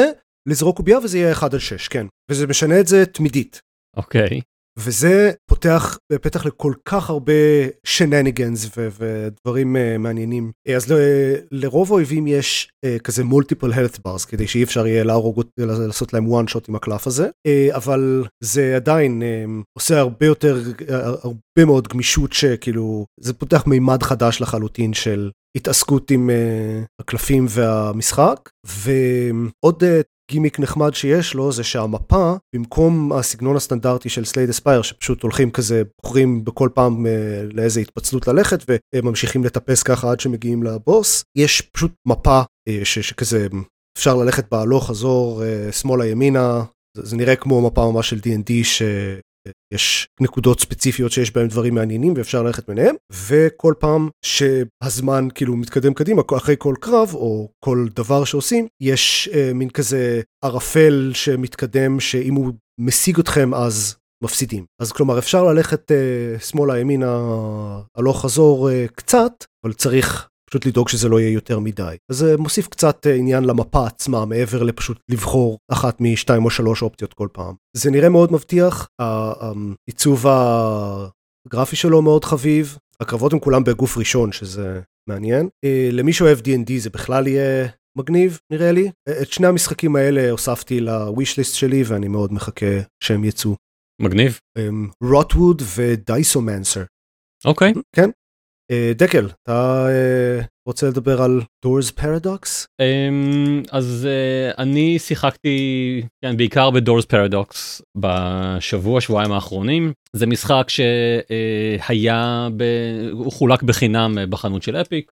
לזרוק קובייה וזה יהיה אחד על שש, כן. וזה משנה את זה תמידית. אוקיי. וזה פותח פתח לכל כך הרבה שנניגנס ודברים מעניינים. אז לרוב האויבים יש כזה multiple health bars, כדי שאי אפשר יהיה להרוג, לעשות להם one shot עם הקלף הזה, אבל זה עדיין עושה הרבה יותר, הרבה מאוד גמישות שכאילו, זה פותח מימד חדש לחלוטין של התעסקות עם הקלפים והמשחק, ועוד גימיק נחמד שיש לו זה שהמפה, במקום הסגנון הסטנדרטי של סלייד אספייר, שפשוט הולכים כזה, בוחרים בכל פעם לאיזה התפצלות ללכת, וממשיכים לטפס ככה עד שמגיעים לבוס, יש פשוט מפה שכזה אפשר ללכת בה הלוך, חזור, שמאלה, ימינה, זה נראה כמו מפה ממש של די אנד די ש... יש נקודות ספציפיות שיש בהם דברים מעניינים ואפשר ללכת ביניהם, וכל פעם שהזמן כאילו מתקדם קדימה, אחרי כל קרב או כל דבר שעושים, יש אה, מין כזה ערפל שמתקדם שאם הוא משיג אתכם אז מפסידים. אז כלומר אפשר ללכת אה, שמאלה ימינה הלוך חזור אה, קצת, אבל צריך פשוט לדאוג שזה לא יהיה יותר מדי. אז זה מוסיף קצת עניין למפה עצמה, מעבר לפשוט לבחור אחת משתיים או שלוש אופציות כל פעם. זה נראה מאוד מבטיח, העיצוב הגרפי שלו מאוד חביב, הקרבות הם כולם בגוף ראשון, שזה מעניין. למי שאוהב די אנד די זה בכלל יהיה מגניב, נראה לי. את שני המשחקים האלה הוספתי לוויש ליסט שלי, ואני מאוד מחכה שהם יצאו. מגניב. רוטווד ודייסומנסר. אוקיי. כן. דקל, אתה רוצה לדבר על Doors Paradox? אז אני שיחקתי בעיקר ב-Doors Paradox בשבוע, שבועיים האחרונים. זה משחק שהיה, הוא חולק בחינם בחנות של אפיק,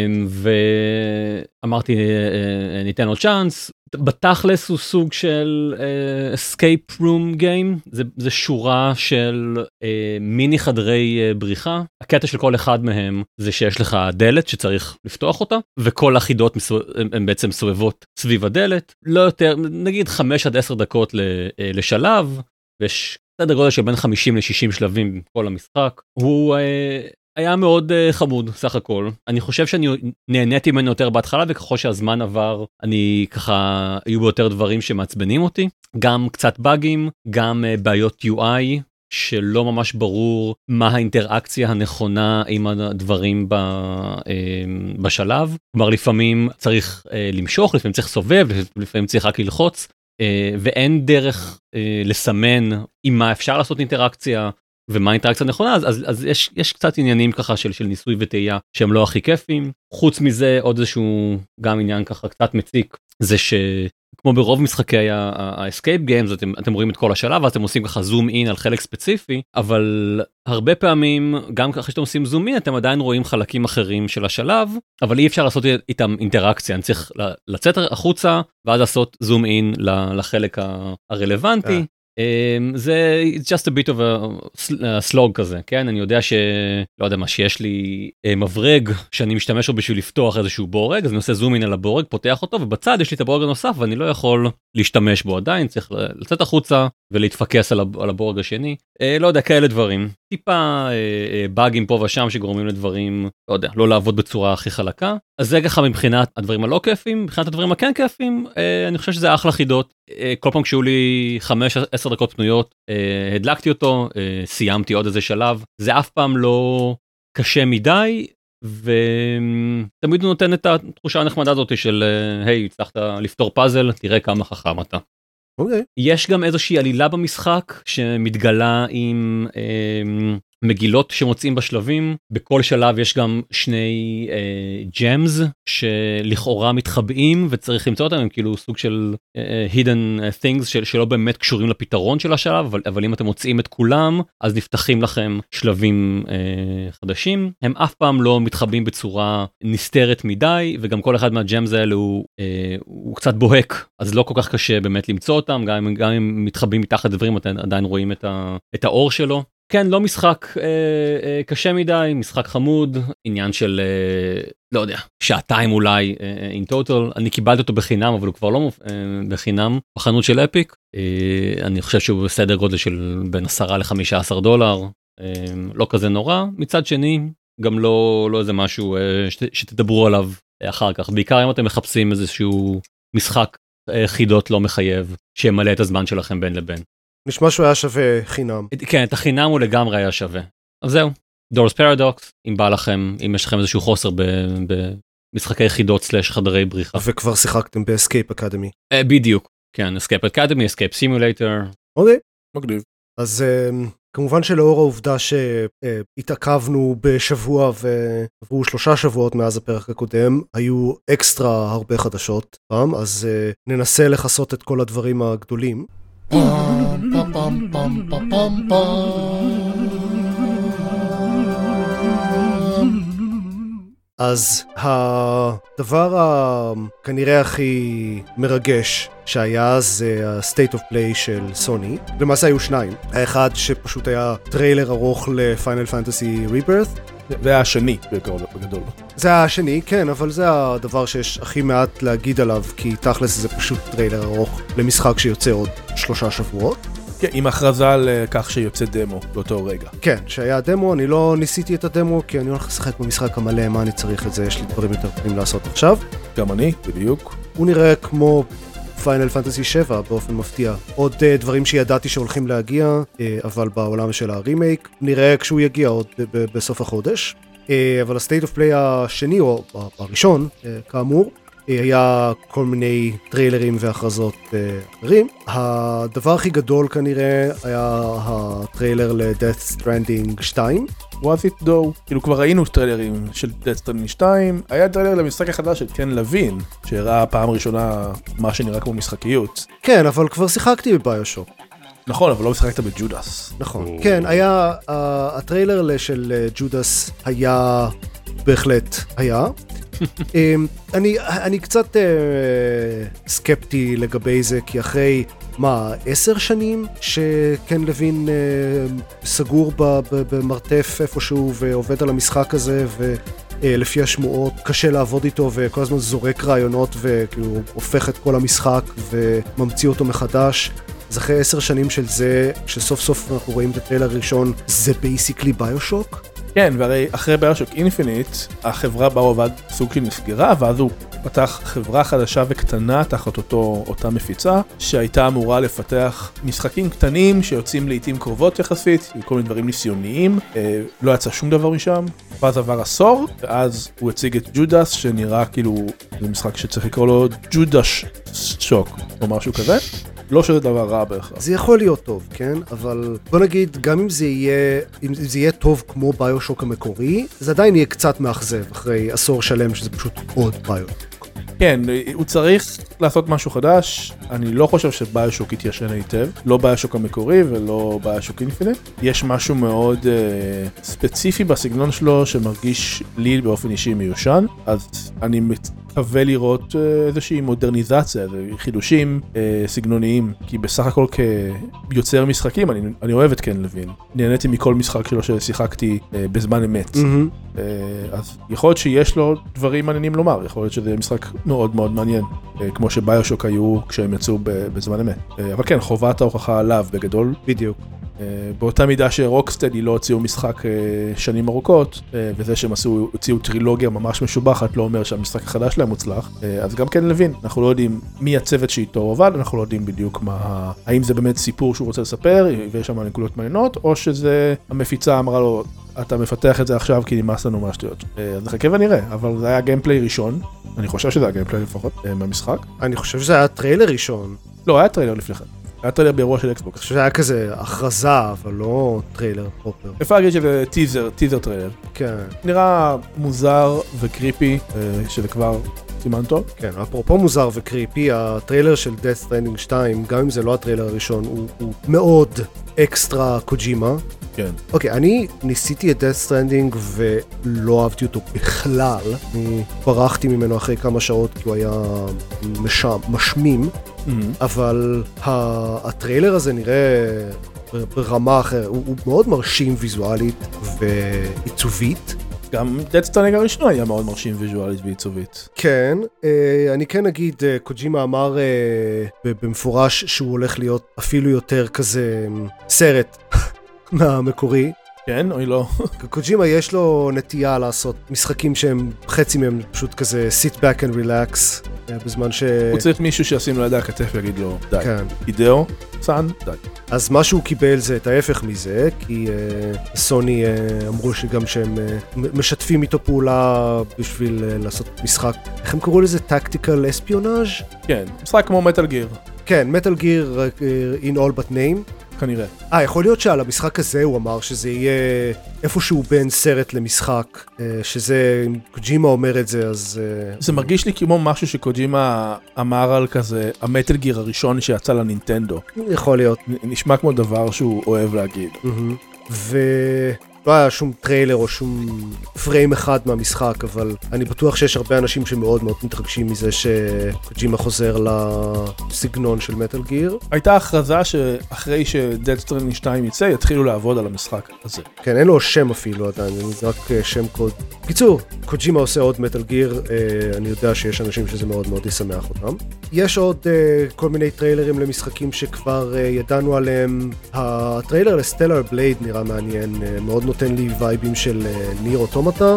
ואמרתי ניתן לו צ'אנס. בתכלס הוא סוג של escape room game, זה, זה שורה של מיני חדרי בריחה. הקטע של כל אחד מהם זה שיש לך דלת שצריך לפתוח אותה, וכל החידות הן בעצם סובבות סביב הדלת, לא יותר, נגיד חמש עד עשר דקות לשלב, ויש סדר גודל של בין חמישים לשישים שלבים כל המשחק. הוא היה מאוד חמוד סך הכל. אני חושב שאני נהניתי ממנו יותר בהתחלה, וככל שהזמן עבר, אני ככה, היו בו יותר דברים שמעצבנים אותי. גם קצת באגים, גם בעיות יו איי, שלא ממש ברור מה האינטראקציה הנכונה עם הדברים בשלב. כלומר, לפעמים צריך למשוך, לפעמים צריך סובב, לפעמים צריך רק ללחוץ, ואין דרך לסמן עם מה אפשר לעשות אינטראקציה, ומה האינטראקציה נכונה, אז, אז, אז יש, יש קצת עניינים ככה של, של ניסוי וטעייה שהם לא הכי כיפים. חוץ מזה, עוד איזשהו גם עניין ככה קצת מציק, זה שכמו ברוב משחקי ה-escape games, אתם, אתם רואים את כל השלב, ואז אתם עושים ככה זום אין על חלק ספציפי, אבל הרבה פעמים, גם אחרי שאתם עושים זום אין, אתם עדיין רואים חלקים אחרים של השלב, אבל אי אפשר לעשות איתם אינטראקציה, אני צריך לצאת החוצה, ואז לעשות זום אין לחלק הרלוונטי. זה it's just a bit of a slog כזה, כן? אני יודע ש... לא יודע מה, שיש לי מברג שאני משתמש בו בשביל לפתוח איזשהו בורג, אז אני עושה זום אין על הבורג, פותח אותו, ובצד יש לי את הבורג הנוסף, ואני לא יכול להשתמש בו עדיין, צריך לצאת החוצה ולהתפקס על הבורג השני. לא יודע, כאלה דברים. טיפה באגים פה ושם שגורמים לדברים, לא יודע, לא לעבוד בצורה הכי חלקה. אז זה ככה מבחינת הדברים הלא כיפים, מבחינת הדברים הכן כיפים, אני חושב שזה אחלה חידות. כל פעם כשהיו לי חמש עשר דקות פנויות, הדלקתי אותו, סיימתי עוד איזה שלב. זה אף פעם לא קשה מדי, ותמיד הוא נותן את התחושה הנחמדה הזאת של, היי, הצלחת לפתור פאזל, תראה כמה חכם אתה. אוקיי. יש גם איזושהי עלילה במשחק שמתגלה עם אה, מגילות שמוצאים בשלבים. בכל שלב יש גם שני ג'מס אה, שלכאורה מתחבאים וצריך למצוא אותם, הם כאילו סוג של אה, hidden things של, שלא באמת קשורים לפתרון של השלב, אבל, אבל אם אתם מוצאים את כולם, אז נפתחים לכם שלבים אה, חדשים. הם אף פעם לא מתחבאים בצורה נסתרת מדי, וגם כל אחד מהג'מס האלה הוא, אה, הוא קצת בוהק, אז לא כל כך קשה באמת למצוא אותם, גם, גם אם מתחבאים מתחת לדברים, אתם עדיין רואים את, ה, את האור שלו. כן, לא משחק אה, אה, קשה מדי, משחק חמוד, עניין של, אה, לא יודע, שעתיים אולי אה, in total. אני קיבלתי אותו בחינם, אבל הוא כבר לא אה, בחינם בחנות של אפיק. אה, אני חושב שהוא בסדר גודל של בין עשרה לחמישה עשר דולר, אה, לא כזה נורא. מצד שני, גם לא, לא איזה משהו אה, שת, שתדברו עליו אחר כך. בעיקר אם אתם מחפשים איזשהו משחק חידות לא מחייב, שימלא את הזמן שלכם בין לבין. נשמע שהוא היה שווה חינם. כן, את החינם הוא לגמרי היה שווה. אז זהו, Doors Paradox, אם בא לכם, אם יש לכם איזשהו חוסר במשחקי חידות סלש חדרי בריחה. וכבר שיחקתם ב-Escape Academy. בדיוק, כן, Escape Academy, Escape Simulator. אוקיי. מגניב. אז כמובן שלאור העובדה שהתעכבנו בשבוע ועברו שלושה שבועות מאז הפרק הקודם, היו אקסטרה הרבה חדשות פעם, אז ננסה לחסות את כל הדברים הגדולים. אז הדבר כנראה הכי מרגש שהיה זה ה-State of Play של סוני. למעשה היו שניים. האחד שפשוט היה טריילר ארוך ל-Final Fantasy Rebirth. זה היה השני בגדול. זה היה השני, כן, אבל זה הדבר שיש הכי מעט להגיד עליו, כי תכלס זה פשוט טריילר ארוך למשחק שיוצא עוד שלושה שבועות. כן, עם הכרזה על כך שיוצא דמו באותו רגע. כן, שהיה דמו, אני לא ניסיתי את הדמו, כי אני הולך לשחק במשחק המלא, מה אני צריך את זה, יש לי דברים יותר טובים לעשות עכשיו. גם אני, בדיוק. הוא נראה כמו פיינל פנטסי שבע באופן מפתיע. עוד uh, דברים שידעתי שהולכים להגיע, uh, אבל בעולם של הרימייק, נראה כשהוא יגיע עוד ב- ב- בסוף החודש. Uh, אבל ה-State of Play השני, או הראשון, uh, כאמור, היה כל מיני טריילרים והכרזות אחרים. הדבר הכי גדול כנראה היה הטריילר ל-Death Stranding שתיים. Was it though? כאילו כבר ראינו טריילרים של Death Stranding שתיים, היה טריילר למשחק החדש של קן לוין, שהראה פעם ראשונה מה שנראה כמו משחקיות. כן, אבל כבר שיחקתי בביושוק. נכון, אבל לא משחקת בג'ודס. נכון. כן, היה, הטריילר של ג'ודס היה, בהחלט היה. אני, אני קצת סקפטי לגבי זה, כי אחרי, מה, עשר שנים שקן לוין סגור במרתף איפשהו ועובד על המשחק הזה, ולפי השמועות קשה לעבוד איתו וכל הזמן זורק רעיונות וכאילו הופך את כל המשחק וממציא אותו מחדש. אז אחרי עשר שנים של זה, שסוף סוף אנחנו רואים את הטריילר הראשון, זה בייסיקלי ביושוק? כן, והרי אחרי ביושוק אינפיניט, החברה בה עובד סוג של נסגרה, ואז הוא פתח חברה חדשה וקטנה תחת אותו, אותה מפיצה, שהייתה אמורה לפתח משחקים קטנים שיוצאים לעתים קרובות יחסית, כל מיני דברים ניסיוניים, אה, לא יצא שום דבר משם, ואז עבר עשור, ואז הוא הציג את ג'ודס, שנראה כאילו, זה משחק שצריך לקרוא לו ג'ודש שוק, או משהו כזה. לא שזה דבר רע בהכרח. זה יכול להיות טוב, כן? אבל בוא נגיד, גם אם זה יהיה, אם זה יהיה טוב כמו ביושוק המקורי, זה עדיין יהיה קצת מאכזב אחרי עשור שלם שזה פשוט עוד ביושוק. כן, הוא צריך לעשות משהו חדש. אני לא חושב שביושוק יתיישן היטב, לא ביושוק המקורי ולא ביושוק אינפיניט. יש משהו מאוד uh, ספציפי בסגנון שלו שמרגיש לי באופן אישי מיושן, אז אני מקווה לראות uh, איזושהי מודרניזציה, חידושים uh, סגנוניים, כי בסך הכל כיוצר משחקים אני, אני אוהב את קן לוין. נהניתי מכל משחק שלו ששיחקתי uh, בזמן אמת. Mm-hmm. Uh, אז יכול להיות שיש לו דברים מעניינים לומר, יכול להיות שזה משחק מאוד מאוד מעניין, כמו שביושוק היו כשהם יצאו בזמן אמת. אבל כן, חובת ההוכחה עליו בגדול. בדיוק. באותה מידה שרוקסטדי לא הוציאו משחק שנים ארוכות, וזה שהם הוציאו טרילוגיה ממש משובחת, לא אומר שהמשחק החדש להם מוצלח. אז גם כן לוין, אנחנו לא יודעים מי הצוות שאיתו עובד, אנחנו לא יודעים בדיוק מה, האם זה באמת סיפור שהוא רוצה לספר, ויש שם נקודות מעניינות, או שזה המפיצה אמרה לו, אתה מפתח את זה עכשיו כי נמאס לנו מהשטויות. אז נחכה ונראה, אבל זה היה גיימפליי ראשון, אני חושב שזה היה גיימפליי לפחות מהמשחק. אני חושב שזה היה טריילר ראשון. לא, היה טריילר לפני כן. היה טריילר באירוע של אקסבוקס. אני חושב שזה היה כזה הכרזה, אבל לא טריילר פרופר. אפשר להגיד שזה טיזר, טיזר טריילר. כן. נראה מוזר וקריפי, שזה כבר סימן טוב. כן, אפרופו מוזר וקריפי, הטריילר של Death Stranding שתיים, גם אם זה לא הטריילר הראשון, הוא, הוא מאוד אקסטרה קוג'ימה. כן. אוקיי, אני ניסיתי את Death Stranding ולא אהבתי אותו בכלל. אני ברחתי ממנו אחרי כמה שעות כי הוא היה משם, משמים. Mm-hmm. אבל הטריילר הזה נראה ברמה אחרת, הוא, הוא מאוד מרשים ויזואלית ועיצובית. גם Death Stranding הראשון היה מאוד מרשים ויזואלית ועיצובית. כן, אני כן אגיד, קוג'ימה אמר במפורש שהוא הולך להיות אפילו יותר כזה סרט מהמקורי. כן, או לא. קוג'ימה יש לו נטייה לעשות משחקים שהם חצי מהם פשוט כזה sit back and relax. בזמן ש... הוא צריך מישהו שישים לו ידי הכתף ויגיד לו, די. כן. אידאו, סן, די. אז מה שהוא קיבל זה את ההפך מזה, כי uh, סוני uh, אמרו שגם שהם uh, משתפים איתו פעולה בשביל uh, לעשות משחק, איך הם קראו לזה? טקטיקל אספיונאז'? כן, משחק כמו מטל גיר. כן, מטל גיר uh, in all but name. כנראה. אה, יכול להיות שעל המשחק הזה הוא אמר שזה יהיה איפשהו בין סרט למשחק, שזה, אם קוג'ימה אומר את זה, אז... זה מרגיש לי כמו משהו שקוג'ימה אמר על כזה, המטל גיר הראשון שיצא לנינטנדו. יכול להיות. נשמע כמו דבר שהוא אוהב להגיד. ו... לא היה שום טריילר או שום פריים אחד מהמשחק, אבל אני בטוח שיש הרבה אנשים שמאוד מאוד מתרגשים מזה שקוג'ימה חוזר לסגנון של מטל גיר. הייתה הכרזה שאחרי ש-Death Stranding שתיים יצא, יתחילו לעבוד על המשחק הזה. כן, אין לו שם אפילו עדיין, זה רק שם קוד. בקיצור, קוג'ימה עושה עוד מטל גיר, אני יודע שיש אנשים שזה מאוד מאוד ישמח אותם. יש עוד כל מיני טריילרים למשחקים שכבר ידענו עליהם. הטריילר לסטלר בלייד נראה מעניין, מאוד נותן לי וייבים של ניר אוטומטה,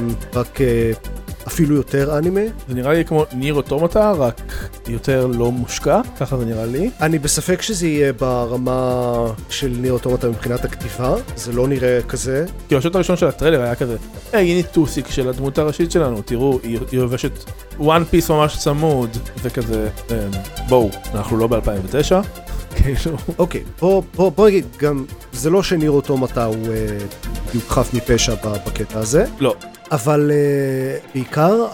רק אפילו יותר אנימה. זה נראה לי כמו ניר אוטומטה, רק יותר לא מושקע, ככה זה נראה לי. אני בספק שזה יהיה ברמה של ניר אוטומטה מבחינת הכתיבה, זה לא נראה כזה. כי השוט הראשון של הטריילר היה כזה, היי, הנה טוסיק של הדמות הראשית שלנו, תראו, היא יובשת וואן פיס ממש צמוד, וכזה, בואו, אנחנו לא ב-אלפיים ותשע. אוקיי, בוא, בוא, בוא נגיד, גם זה לא שניר אוטומטה הוא בדיוק חף מפשע בקטע הזה. לא. אבל uh, בעיקר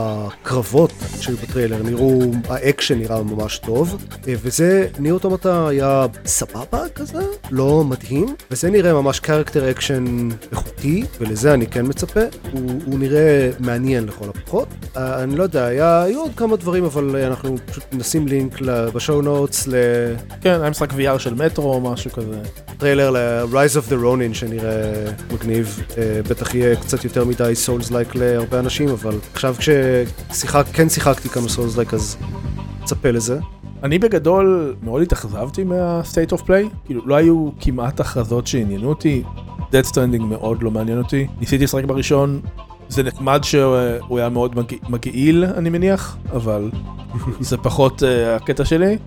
הקרבות של בטריילר נראו, האקשן נראה ממש טוב, uh, וזה ניר אוטומטה היה סבבה כזה, לא מדהים, וזה נראה ממש קרקטר אקשן איכותי, ולזה אני כן מצפה, הוא, הוא נראה מעניין לכל הפחות. Uh, אני לא יודע, היה, היו עוד כמה דברים, אבל uh, אנחנו פשוט נשים לינק בשואו נוטס ל... כן, היה משחק וי אר של מטרו או משהו כזה. טריילר ל-Rise of the Ronin שנראה מגניב, uh, בטח יהיה קצת יותר מדי סולס-לייק להרבה אנשים, אבל עכשיו כששיחק, כן שיחקתי כמה סולס-לייק, אז צפה לזה. אני בגדול מאוד התאכזבתי מה-State of Play, כאילו לא היו כמעט הכרזות שעניינו אותי, Death Stranding מאוד לא מעניין אותי, ניסיתי לשחק בראשון, זה נחמד שהוא היה מאוד מגעיל אני מניח, אבל זה פחות uh, הקטע שלי,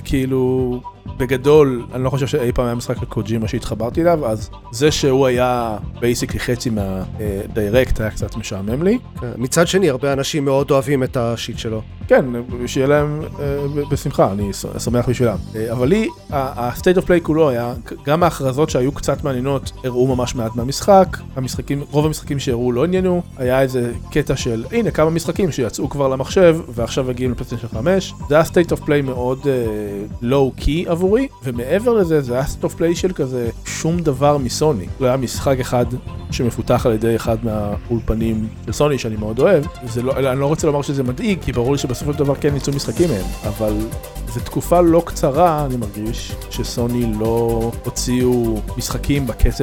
וכאילו בגדול אני לא חושב שאי פעם היה משחק לקוג'ימה שהתחברתי אליו, אז זה שהוא היה בייסיקלי חצי מהדיירקט היה קצת משעמם לי. מצד שני הרבה אנשים מאוד אוהבים את השיט שלו. כן, שיהיה להם uh, בשמחה, אני שמח בשבילם. Uh, אבל לי, ה-State of Play כולו היה, גם ההכרזות שהיו קצת מעניינות, הראו ממש מעט מהמשחק, המשחקים, רוב המשחקים שהראו לא עניינו, היה איזה קטע של, הנה כמה משחקים שיצאו כבר למחשב, ועכשיו הגיעים לפלייסטיישן חמש, זה היה State of Play מאוד uh, low-key עבורי, ומעבר לזה, זה היה State of Play של כזה שום דבר מסוני. לא היה משחק אחד שמפותח על ידי אחד מהאולפנים של סוני שאני מאוד אוהב, וזה לא, אני לא רוצה לומר שזה מדאיג, כי ברור לי שבסופו של דבר כן ניצאו משחקים מהם, אבל זו תקופה לא קצרה, אני מרגיש, שסוני לא הוציאו משחקים בקצב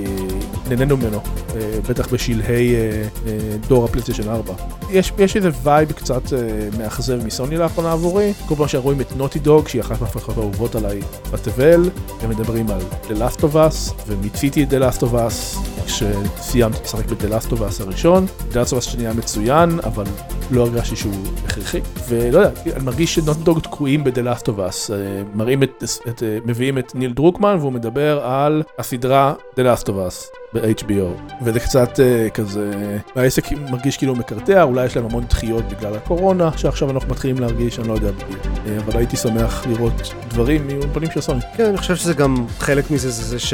שנהנינו ממנו, בטח בשלהי דור הפלייסטיישן ארבע. יש, יש איזה וייב קצת מאכזב מסוני לאחרונה עבורי, כל פעם שרואים את נוטי דוג, שהיא אחת מהפרחות האהובות עליי בתבל, הם מדברים על The Last of Us, ומיציתי את The Last of Us, כשסיימתי לשחק ב-The Last of Us הראשון, The Last of Us שני היה מצוין, אבל לא הרגשתי שהוא הכרחי, ולא יודע, אני מרגיש שנוטי דוג תקועים ב-The Last of Us, מראים את, את, מביאים את ניל דרוקמן, והוא מדבר על הסדרה The Last of Us. ב-אייץ' בי או, וזה קצת uh, כזה, העסק מרגיש כאילו מקרטע, אולי יש להם המון דחיות בגלל הקורונה, שעכשיו אנחנו מתחילים להרגיש, אני לא יודע בדיוק, uh, אבל הייתי שמח לראות דברים מאולפנים של סוני. כן, אני חושב שזה גם חלק מזה, זה זה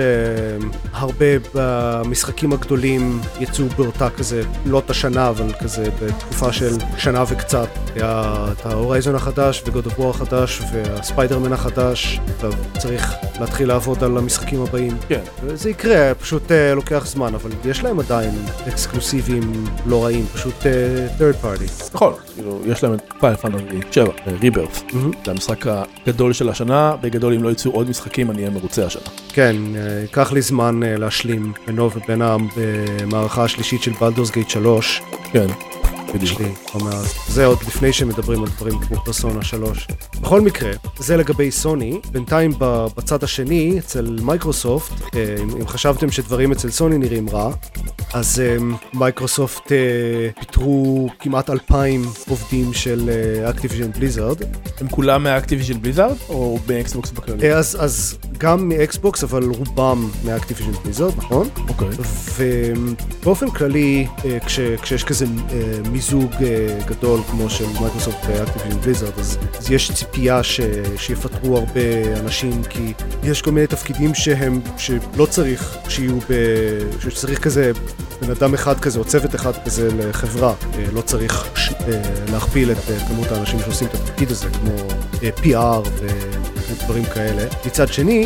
שהרבה במשחקים הגדולים יצאו באותה כזה, לא את השנה, אבל כזה בתקופה של שנה וקצת, היה את ההורייזון החדש, וגוד אוף וור החדש, והספיידרמן החדש, וצריך להתחיל לעבוד על המשחקים הבאים. כן. זה יקרה, פשוט uh, לוקח זמן, אבל יש להם עדיין אקסקלוסיביים לא רעים, פשוט uh, third party. נכון, כאילו, יש להם את פיינל פנטזי שבע, ריברת', זה המשחק הגדול של השנה, בגדול אם לא יצאו עוד משחקים אני אהיה מרוצה השנה. כן, ייקח לי זמן להשלים בינו ובינם במערכה השלישית של בלדורס גייט שלוש. כן. יש לי לא מעט. זה עוד לפני שמדברים על דברים כמו פרסונה שלוש. בכל מקרה, זה לגבי סוני. בינתיים בצד השני, אצל מייקרוסופט, אם חשבתם שדברים אצל סוני נראים רע, אז מייקרוסופט פיתרו כמעט אלפיים עובדים של אקטיביז'ן בליזארד. הם כולם מאקטיביז'ן בליזארד או באקסבוקס בכללי? אז, אז גם מאקסבוקס, אבל רובם מאקטיביז'ן בליזארד, נכון? אוקיי. ובאופן כללי, כש, כשיש כזה מיזוג גדול כמו של מייקרוסופט ואקטיביז'ן בליזארד, אז, אז יש ציפייה ש, שיפטרו הרבה אנשים, כי יש כל מיני תפקידים שהם, שלא צריך שיהיו ב... שצריך כזה בן אדם אחד כזה או צוות אחד כזה לחברה. לא צריך ש... להכפיל את כמות האנשים שעושים את התפקיד הזה, כמו פי אר ודברים כאלה. מצד שני,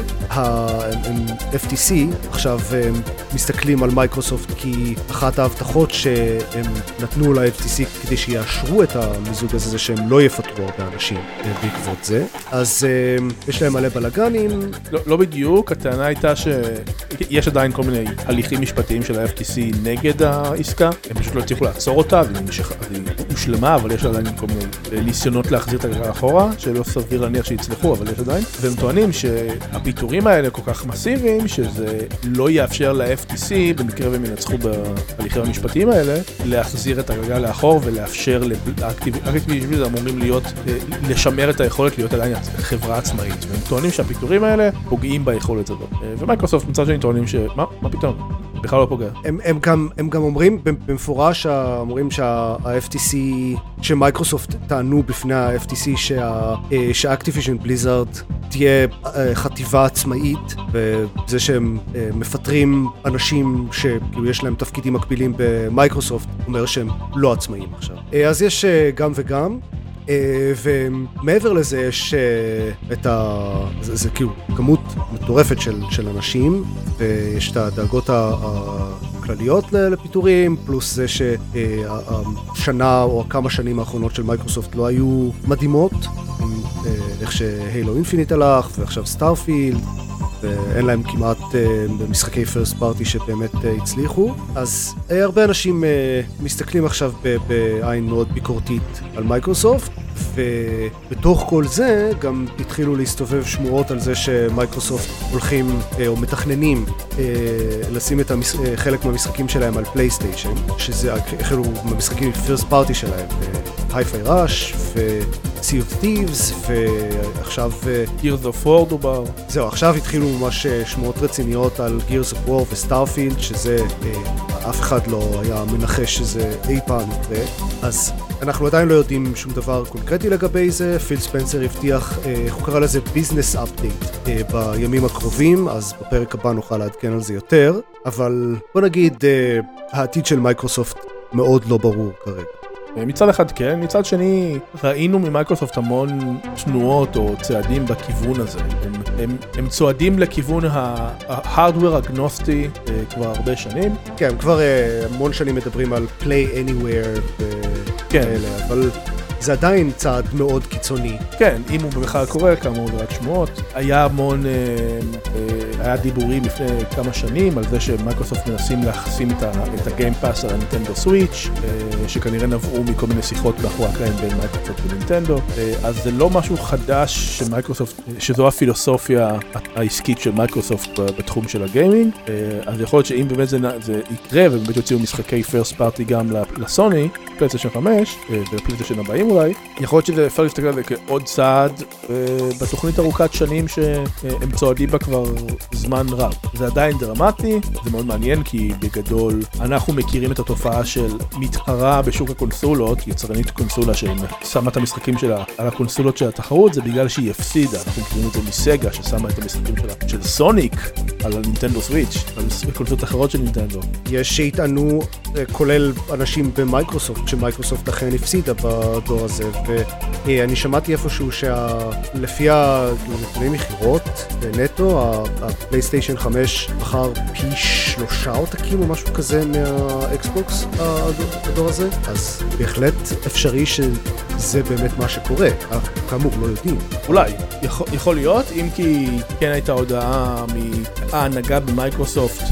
ה-אף טי סי עכשיו מסתכלים על מייקרוסופט כי אחת ההבטחות שהם נתנו ל-אף טי סי כדי שיאשרו את המיזוג הזה, זה שהם לא יפטרו הרבה אנשים בעקבות זה. אז יש להם מלא בלגנים. לא, לא בדיוק, הטענה הייתה שיש עדיין כל מיני הליכים משפטיים של ה-אף טי סי נגד העסקה, הם פשוט לא הצליחו לעצור אותה, והיא הושלמה, אבל יש עדיין כל מיני ניסיונות להחזיר את הגלגל אחורה, שלא סביר להניח שיצלחו, אבל יש עדיין. והם טוענים שהפיטורים האלה כל כך מסיביים, שזה לא יאפשר ל-אף טי סי, במקרה והם ינצחו בהליכים המשפטיים האלה, להחזיר את הגלגל לאחור ולאפשר לאקטיביז'ן אמורים להיות, לשמר את היכולת להיות עדיין חברה עצמאית. והם טוענים שהפיטורים האלה פוגעים ביכולת הזאת. ומייקרוסופט מצד שני טוענים ש... מה? מה פתאום? בכלל לא פוגע. הם, הם גם, הם גם אומרים במפורש, אומרים שה-אף טי סי, שמייקרוסופט טענו בפני ה-אף טי סי שה, שה-Activision Blizzard תהיה חטיבה עצמאית, וזה שהם מפטרים אנשים שכאילו יש להם תפקידים מקבילים במייקרוסופט, אומר שהם לא עצמאיים עכשיו. אז יש גם וגם. ומעבר לזה יש את ה... זה, זה כאילו כמות מטורפת של, של אנשים, ויש את הדאגות הכלליות לפיטורים, פלוס זה שהשנה או כמה שנים האחרונות של מייקרוסופט לא היו מדהימות, איך שהילו אינפיניט הלך, ועכשיו סטארפילד, ואין להם כמעט במשחקי פרסט פארטי שבאמת הצליחו. אז הרבה אנשים מסתכלים עכשיו בעין מאוד ביקורתית על מייקרוסופט, ובתוך כל זה גם התחילו להסתובב שמועות על זה שמייקרוסופט הולכים או מתכננים לשים את חלק מהמשחקים שלהם על פלייסטיישן, שזה החלו מהמשחקים פרסט פארטי שלהם, הייפיי ראש ו-Sea of Thieves, ועכשיו Gears of War דובר. זהו, עכשיו התחילו ממש שמועות רציניות על Gears of War ו-Starfield, שזה אף אחד לא היה מנחש שזה אי פעם יקרה. אז אנחנו עדיין לא יודעים שום דבר קונקרטי לגבי זה. פיל ספנסר הבטיח, איך הוא קרא לזה ביזנס אפדייט בימים הקרובים, אז בפרק הבא נוכל לעדכן על זה יותר, אבל בוא נגיד העתיד של מייקרוסופט מאוד לא ברור כרגע. מצד אחד כן, מצד שני ראינו ממייקרוסופט המון תנועות או צעדים בכיוון הזה. הם, הם, הם צועדים לכיוון ההארדוור אגנוסטי כבר הרבה שנים. כן, כבר המון שנים מדברים על play anywhere וכאלה, כן. אבל זה עדיין צעד מאוד קיצוני. כן, אם הוא בכלל קורה, כאמור זה רק שמועות. היה המון, אה, אה, היה דיבורים לפני כמה שנים על זה שמייקרוסופט מנסים להחסים את, את הגיים פאס על הנינטנדו סוויץ', אה, שכנראה נבעו מכל מיני שיחות מאחורי הקלעים בין מייקרוסופט ונינטנדו. אה, אז זה לא משהו חדש שמייקרוסופט, שזו הפילוסופיה העסקית של מייקרוסופט בתחום של הגיימינג. אה, אז יכול להיות שאם באמת זה, זה יקרה, ובאמת יוציאו משחקי פרסט פארטי גם לסוני, פלייסטיישן חמש אה, ופלייסטיישן הבאים אולי, יכול להיות שזה אפשר להסתכל על זה כעוד צעד בתוכנית ארוכת שנים שהם צועדים בה כבר זמן רב. זה עדיין דרמטי, זה מאוד מעניין כי בגדול אנחנו מכירים את התופעה של מתחרה בשוק הקונסולות, יצרנית קונסולה ששמה את המשחקים שלה על הקונסולות של התחרות, זה בגלל שהיא הפסידה. אנחנו מכירים את זה מסגה ששמה את המשחקים שלה של סוניק על הנינטנדו סוויץ', על קונסולות אחרות של נינטנדו. יש שהטענו, כולל אנשים במייקרוסופט, שמייקרוסופט אכן הפסידה בדור הזה, ואני שמעתי איפשהו שלפי הנתוני מכירות נטו, הפלייסטיישן חמש בחר פי שלושה עותקים או משהו כזה מהאקסבוקס הדור הזה, אז בהחלט אפשרי שזה באמת מה שקורה, כאמור לא יודעים. אולי, יכול, יכול להיות, אם כי כן הייתה הודעה מההנהגה במייקרוסופט,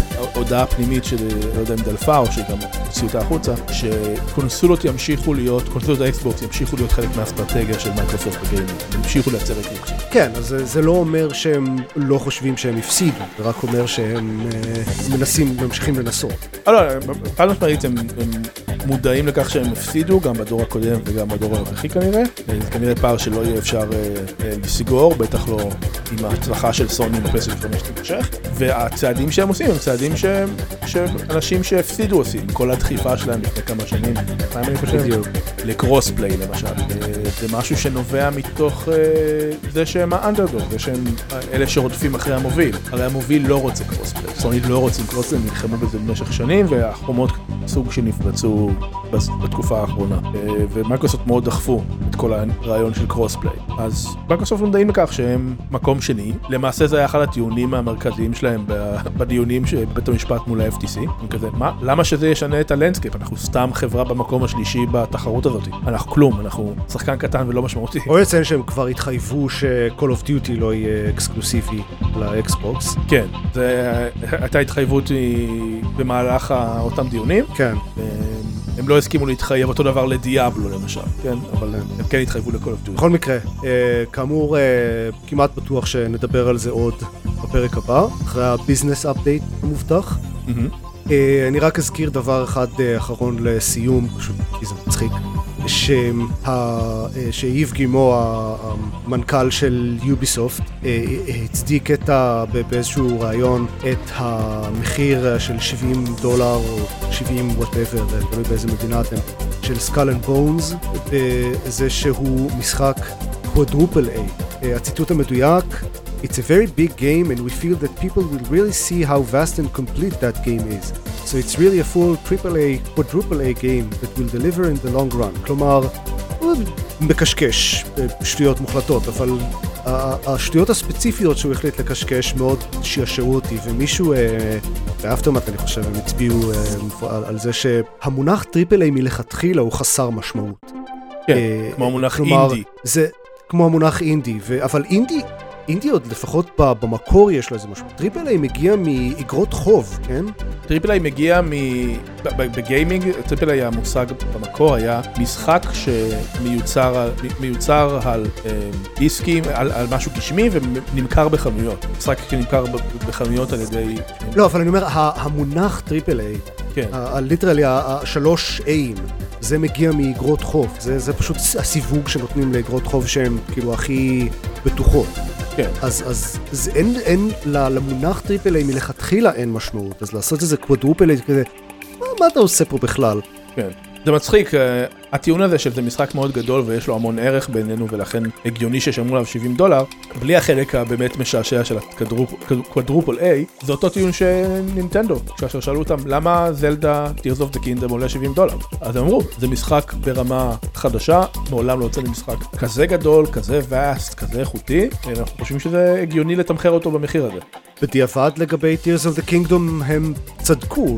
הודעה פנימית של, לא יודע אם דלפה או שגם הוציאו אותה החוצה, שקונסולות ימשיכו להיות, קונסולות האקסבוקס ימשיכו להיות חלק מהאסטרטגיה של מייקרוסופט בגיימינג, ימשיכו לייצר אקלוקסים. כן, אז זה, זה לא אומר שהם לא חושבים שהם הפסידו, זה רק אומר שהם אה, מנסים, ממשיכים לנסות. לא, לא, פעם משמעית הם, הם מודעים לכך שהם הפסידו, גם בדור הקודם וגם בדור הנוכחי כנראה. זה כנראה פער שלא יהיה אפשר אה, אה, לסגור, בטח לא עם ההצלחה של סוני בפלייסטיישן חמש תימשך. והצעדים שהם עושים הם צעדים שהם, שאנשים שהפסידו עושים, כל הדחיפה שלהם לפני כמה שנים. פעם אני חושב, לקרוס פליי למשל. זה משהו שנובע מתוך אה, זה שהם האנדרדוג, זה שהם אלה שרודפים אחרי המוביל. הרי המוביל לא רוצה קרוס פליי. סוני לא רוצים קרוס פליי, נלחמו בזה במשך שנים, והחומות סוג שנפרצו בתקופה האחרונה. ומייקרוסופט מאוד דחפו את כל הרעיון של קרוס פליי. אז מייקרוסופט מודעים לכך שהם מקום שני. למעשה זה היה אחד הטיעונים המרכזיים שלהם בדיונים שבית המשפט מול ה-אף טי סי. הם כזה, מה? למה שזה ישנה את הלנדסקייפ? אנחנו סתם חברה במקום השלישי בתחרות הזאת. אנחנו כלום, אנחנו שחקן קטן ולא משמעותי. או לציין שהם כבר התחייבו ש-Call of Duty לא יהיה אקסקלוסיבי לאקסבוקס. כן, זה הייתה התחייבות במהלך אותם דיונים. כן. הם לא הסכימו להתחייב אותו דבר לדיאבלו למשל, כן? אבל הם כן התחייבו ל-Call of Duty. בכל מקרה, כאמור, כמעט בטוח שנדבר על זה עוד בפרק הבא, אחרי הביזנס אפדייט המובטח. אני רק אזכיר דבר אחד אחרון לסיום, פשוט כי זה מצחיק, שאיב גימו, המנכ"ל של יוביסופט, הצדיק באיזשהו רעיון את המחיר של שבעים דולר או שבעים whatever, תלוי באיזה מדינה אתם, של סקל אנד בונס, בזה שהוא משחק quadruple A. הציטוט המדויק, It's a very big game and we feel that people will really see how vast and complete that game is. So it's really a full triple A, quadruple A game that will deliver in the long run. כלומר, הוא מקשקש שטויות מוחלטות, אבל השטויות הספציפיות שהוא החליט לקשקש מאוד שישעו אותי, ומישהו, באפטרמט אני חושב, הם הצביעו על זה שהמונח טריפל איי מלכתחילה הוא חסר משמעות. כן, כמו המונח אינדי. זה כמו המונח אינדי, אבל אינדי, אינדי עוד לפחות במקור יש לו איזה משהו. טריפל איי מגיע מאגרות חוב, כן? טריפל איי מגיע מ... בגיימינג, טריפל איי המושג במקור היה משחק שמיוצר מיוצר על דיסקים, על, על משהו גשמי ונמכר בחנויות. משחק שנמכר בחנויות על ידי... לא, אבל אני אומר, המונח טריפל איי, כן. הליטרלי, השלוש איים, זה מגיע מאגרות חוב. זה, זה פשוט הסיווג שנותנים לאגרות חוב שהן כאילו הכי בטוחות. כן. אז, אז, אז אין, אין, למונח טריפל איי מלכתחילה אין משמעות, אז לעשות איזה קוואדרופל איי כזה, מה, מה אתה עושה פה בכלל? כן. זה מצחיק, הטיעון הזה שזה משחק מאוד גדול ויש לו המון ערך בינינו ולכן הגיוני ששלמו עליו שבעים דולר, בלי החלק הבאמת משעשע של הקוואדרופל איי, זה אותו טיעון שנינטנדו, כאשר שאלו אותם למה זלדה Tears of the Kingdom עולה שבעים דולר. אז הם אמרו, זה משחק ברמה חדשה, מעולם לא יוצא לי משחק כזה גדול, כזה vast, כזה איכותי, אנחנו חושבים שזה הגיוני לתמחר אותו במחיר הזה. בדיעבד לגבי Tears of the Kingdom הם צדקו,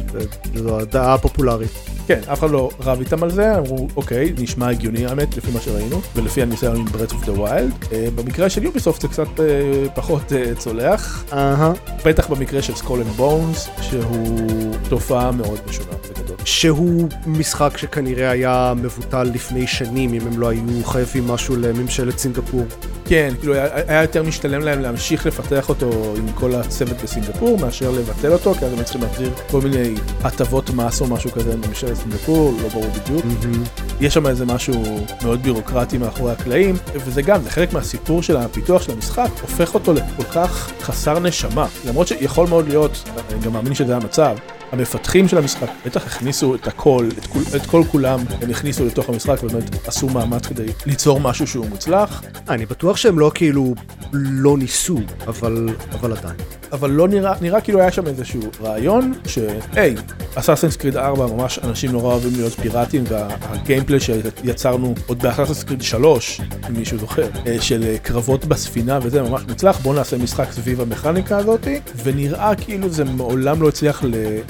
זו הדעה הפופולרית. כן, אף אחד לא רב איתם על זה, אמרו, אוקיי, נשמע הגיוני האמת, לפי מה שראינו, ולפי הניסיון עם Breath of the Wild. במקרה של יוביסופט זה קצת פחות צולח. בטח במקרה של Skull and Bones, שהוא תופעה מאוד משונה וגדול. שהוא משחק שכנראה היה מבוטל לפני שנים, אם הם לא היו חייבים משהו לממשלת סינגפור. כן, כאילו היה יותר משתלם להם להמשיך לפתח אותו עם כל הצוות בסינגפור, מאשר לבטל אותו, כי אז הם צריכים להחזיר כל מיני הטבות מס או משהו כזה בממשלת סינגפור, לא ברור בדיוק. יש שם איזה משהו מאוד בירוקרטי מאחורי הקלעים, וזה גם, זה חלק מהסיפור של הפיתוח של המשחק, הופך אותו לכל כך חסר נשמה. למרות שיכול מאוד להיות, אני גם מאמין שזה המצב, המפתחים של המשחק בטח הכניסו את הכל, את כל, את כל כולם, הם הכניסו לתוך המשחק ובאמת עשו מאמץ כדי ליצור משהו שהוא מוצלח. אני בטוח שהם לא כאילו לא ניסו, אבל, אבל עדיין. אבל לא נראה, נראה כאילו היה שם איזשהו רעיון שהי, אסאסינס קריד ארבע ממש אנשים נורא אוהבים להיות פיראטים, והגיימפלי שיצרנו עוד באסאסינס קריד שלוש, אם מישהו זוכר, של קרבות בספינה וזה ממש מוצלח, בואו נעשה משחק סביב המכניקה הזאת, ונראה כאילו זה מעולם לא הצליח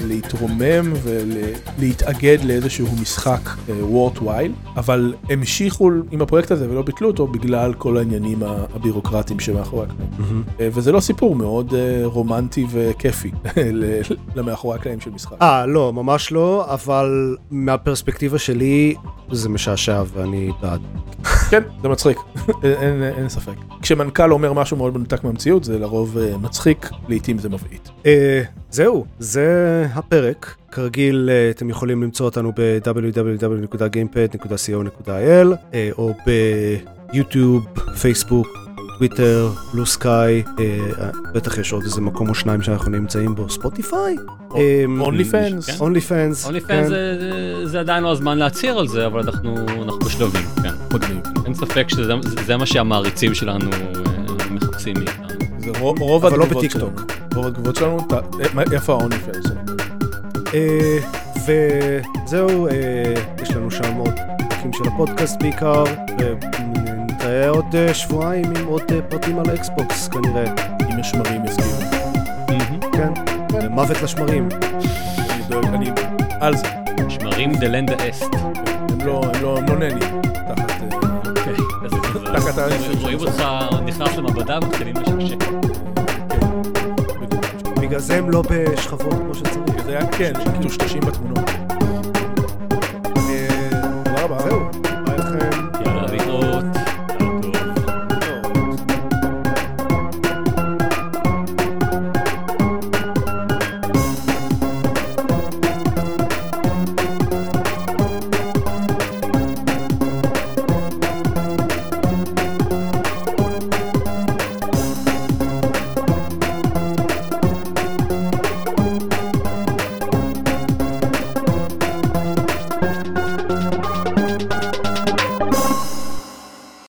להתרומם ולהתאגד לאיזשהו משחק וורטווייל, אבל המשיכו עם הפרויקט הזה ולא ביטלו אותו בגלל כל העניינים הבירוקרטיים שמאחורי הקלעים. וזה לא סיפור מאוד רומנטי וכיפי למאחורי הקלעים של משחק. אה, לא, ממש לא, אבל מהפרספקטיבה שלי זה משעשע ואני בעד. כן, זה מצחיק, אין, אין ספק. כשמנכ"ל אומר משהו מאוד מנותק מהמציאות, זה לרוב מצחיק, לעתים זה מבעית. אה, זהו, זה הפרק. כרגיל, אתם יכולים למצוא אותנו ב-דאבליו דאבליו דאבליו נקודה גיימפד נקודה סי או נקודה איי אל, או ביוטיוב, פייסבוק, טוויטר, בלו סקאי, בטח יש עוד איזה מקום או שניים שאנחנו נמצאים בו, ספוטיפיי? אונלי פנס. אונלי פנס. אונלי פנס זה עדיין לא הזמן להצהיר על זה, אבל אנחנו בשלבים, כן. אין ספק שזה מה שהמעריצים שלנו מחפשים מאיתנו. אבל לא בטיקטוק. רוב התגובות שלנו, איפה האונלי פנס שלנו? וזהו, יש לנו שם עוד פרקים של הפודקאסט בעיקר, נתראה עוד שבועיים עם עוד פרטים על האקסבוקס כנראה. עם השמרים יסגירו. כן, מוות לשמרים. אני על זה. שמרים דלנדה אסט. הם לא נהנים. תחת האנשים. רואים אותך נכנס למעבדה ומתחילים לשקשק. בגלל זה הם לא בשכבות כמו שצריך. זה היה כן, שקיטושטשים בתמונות. תודה רבה. זהו.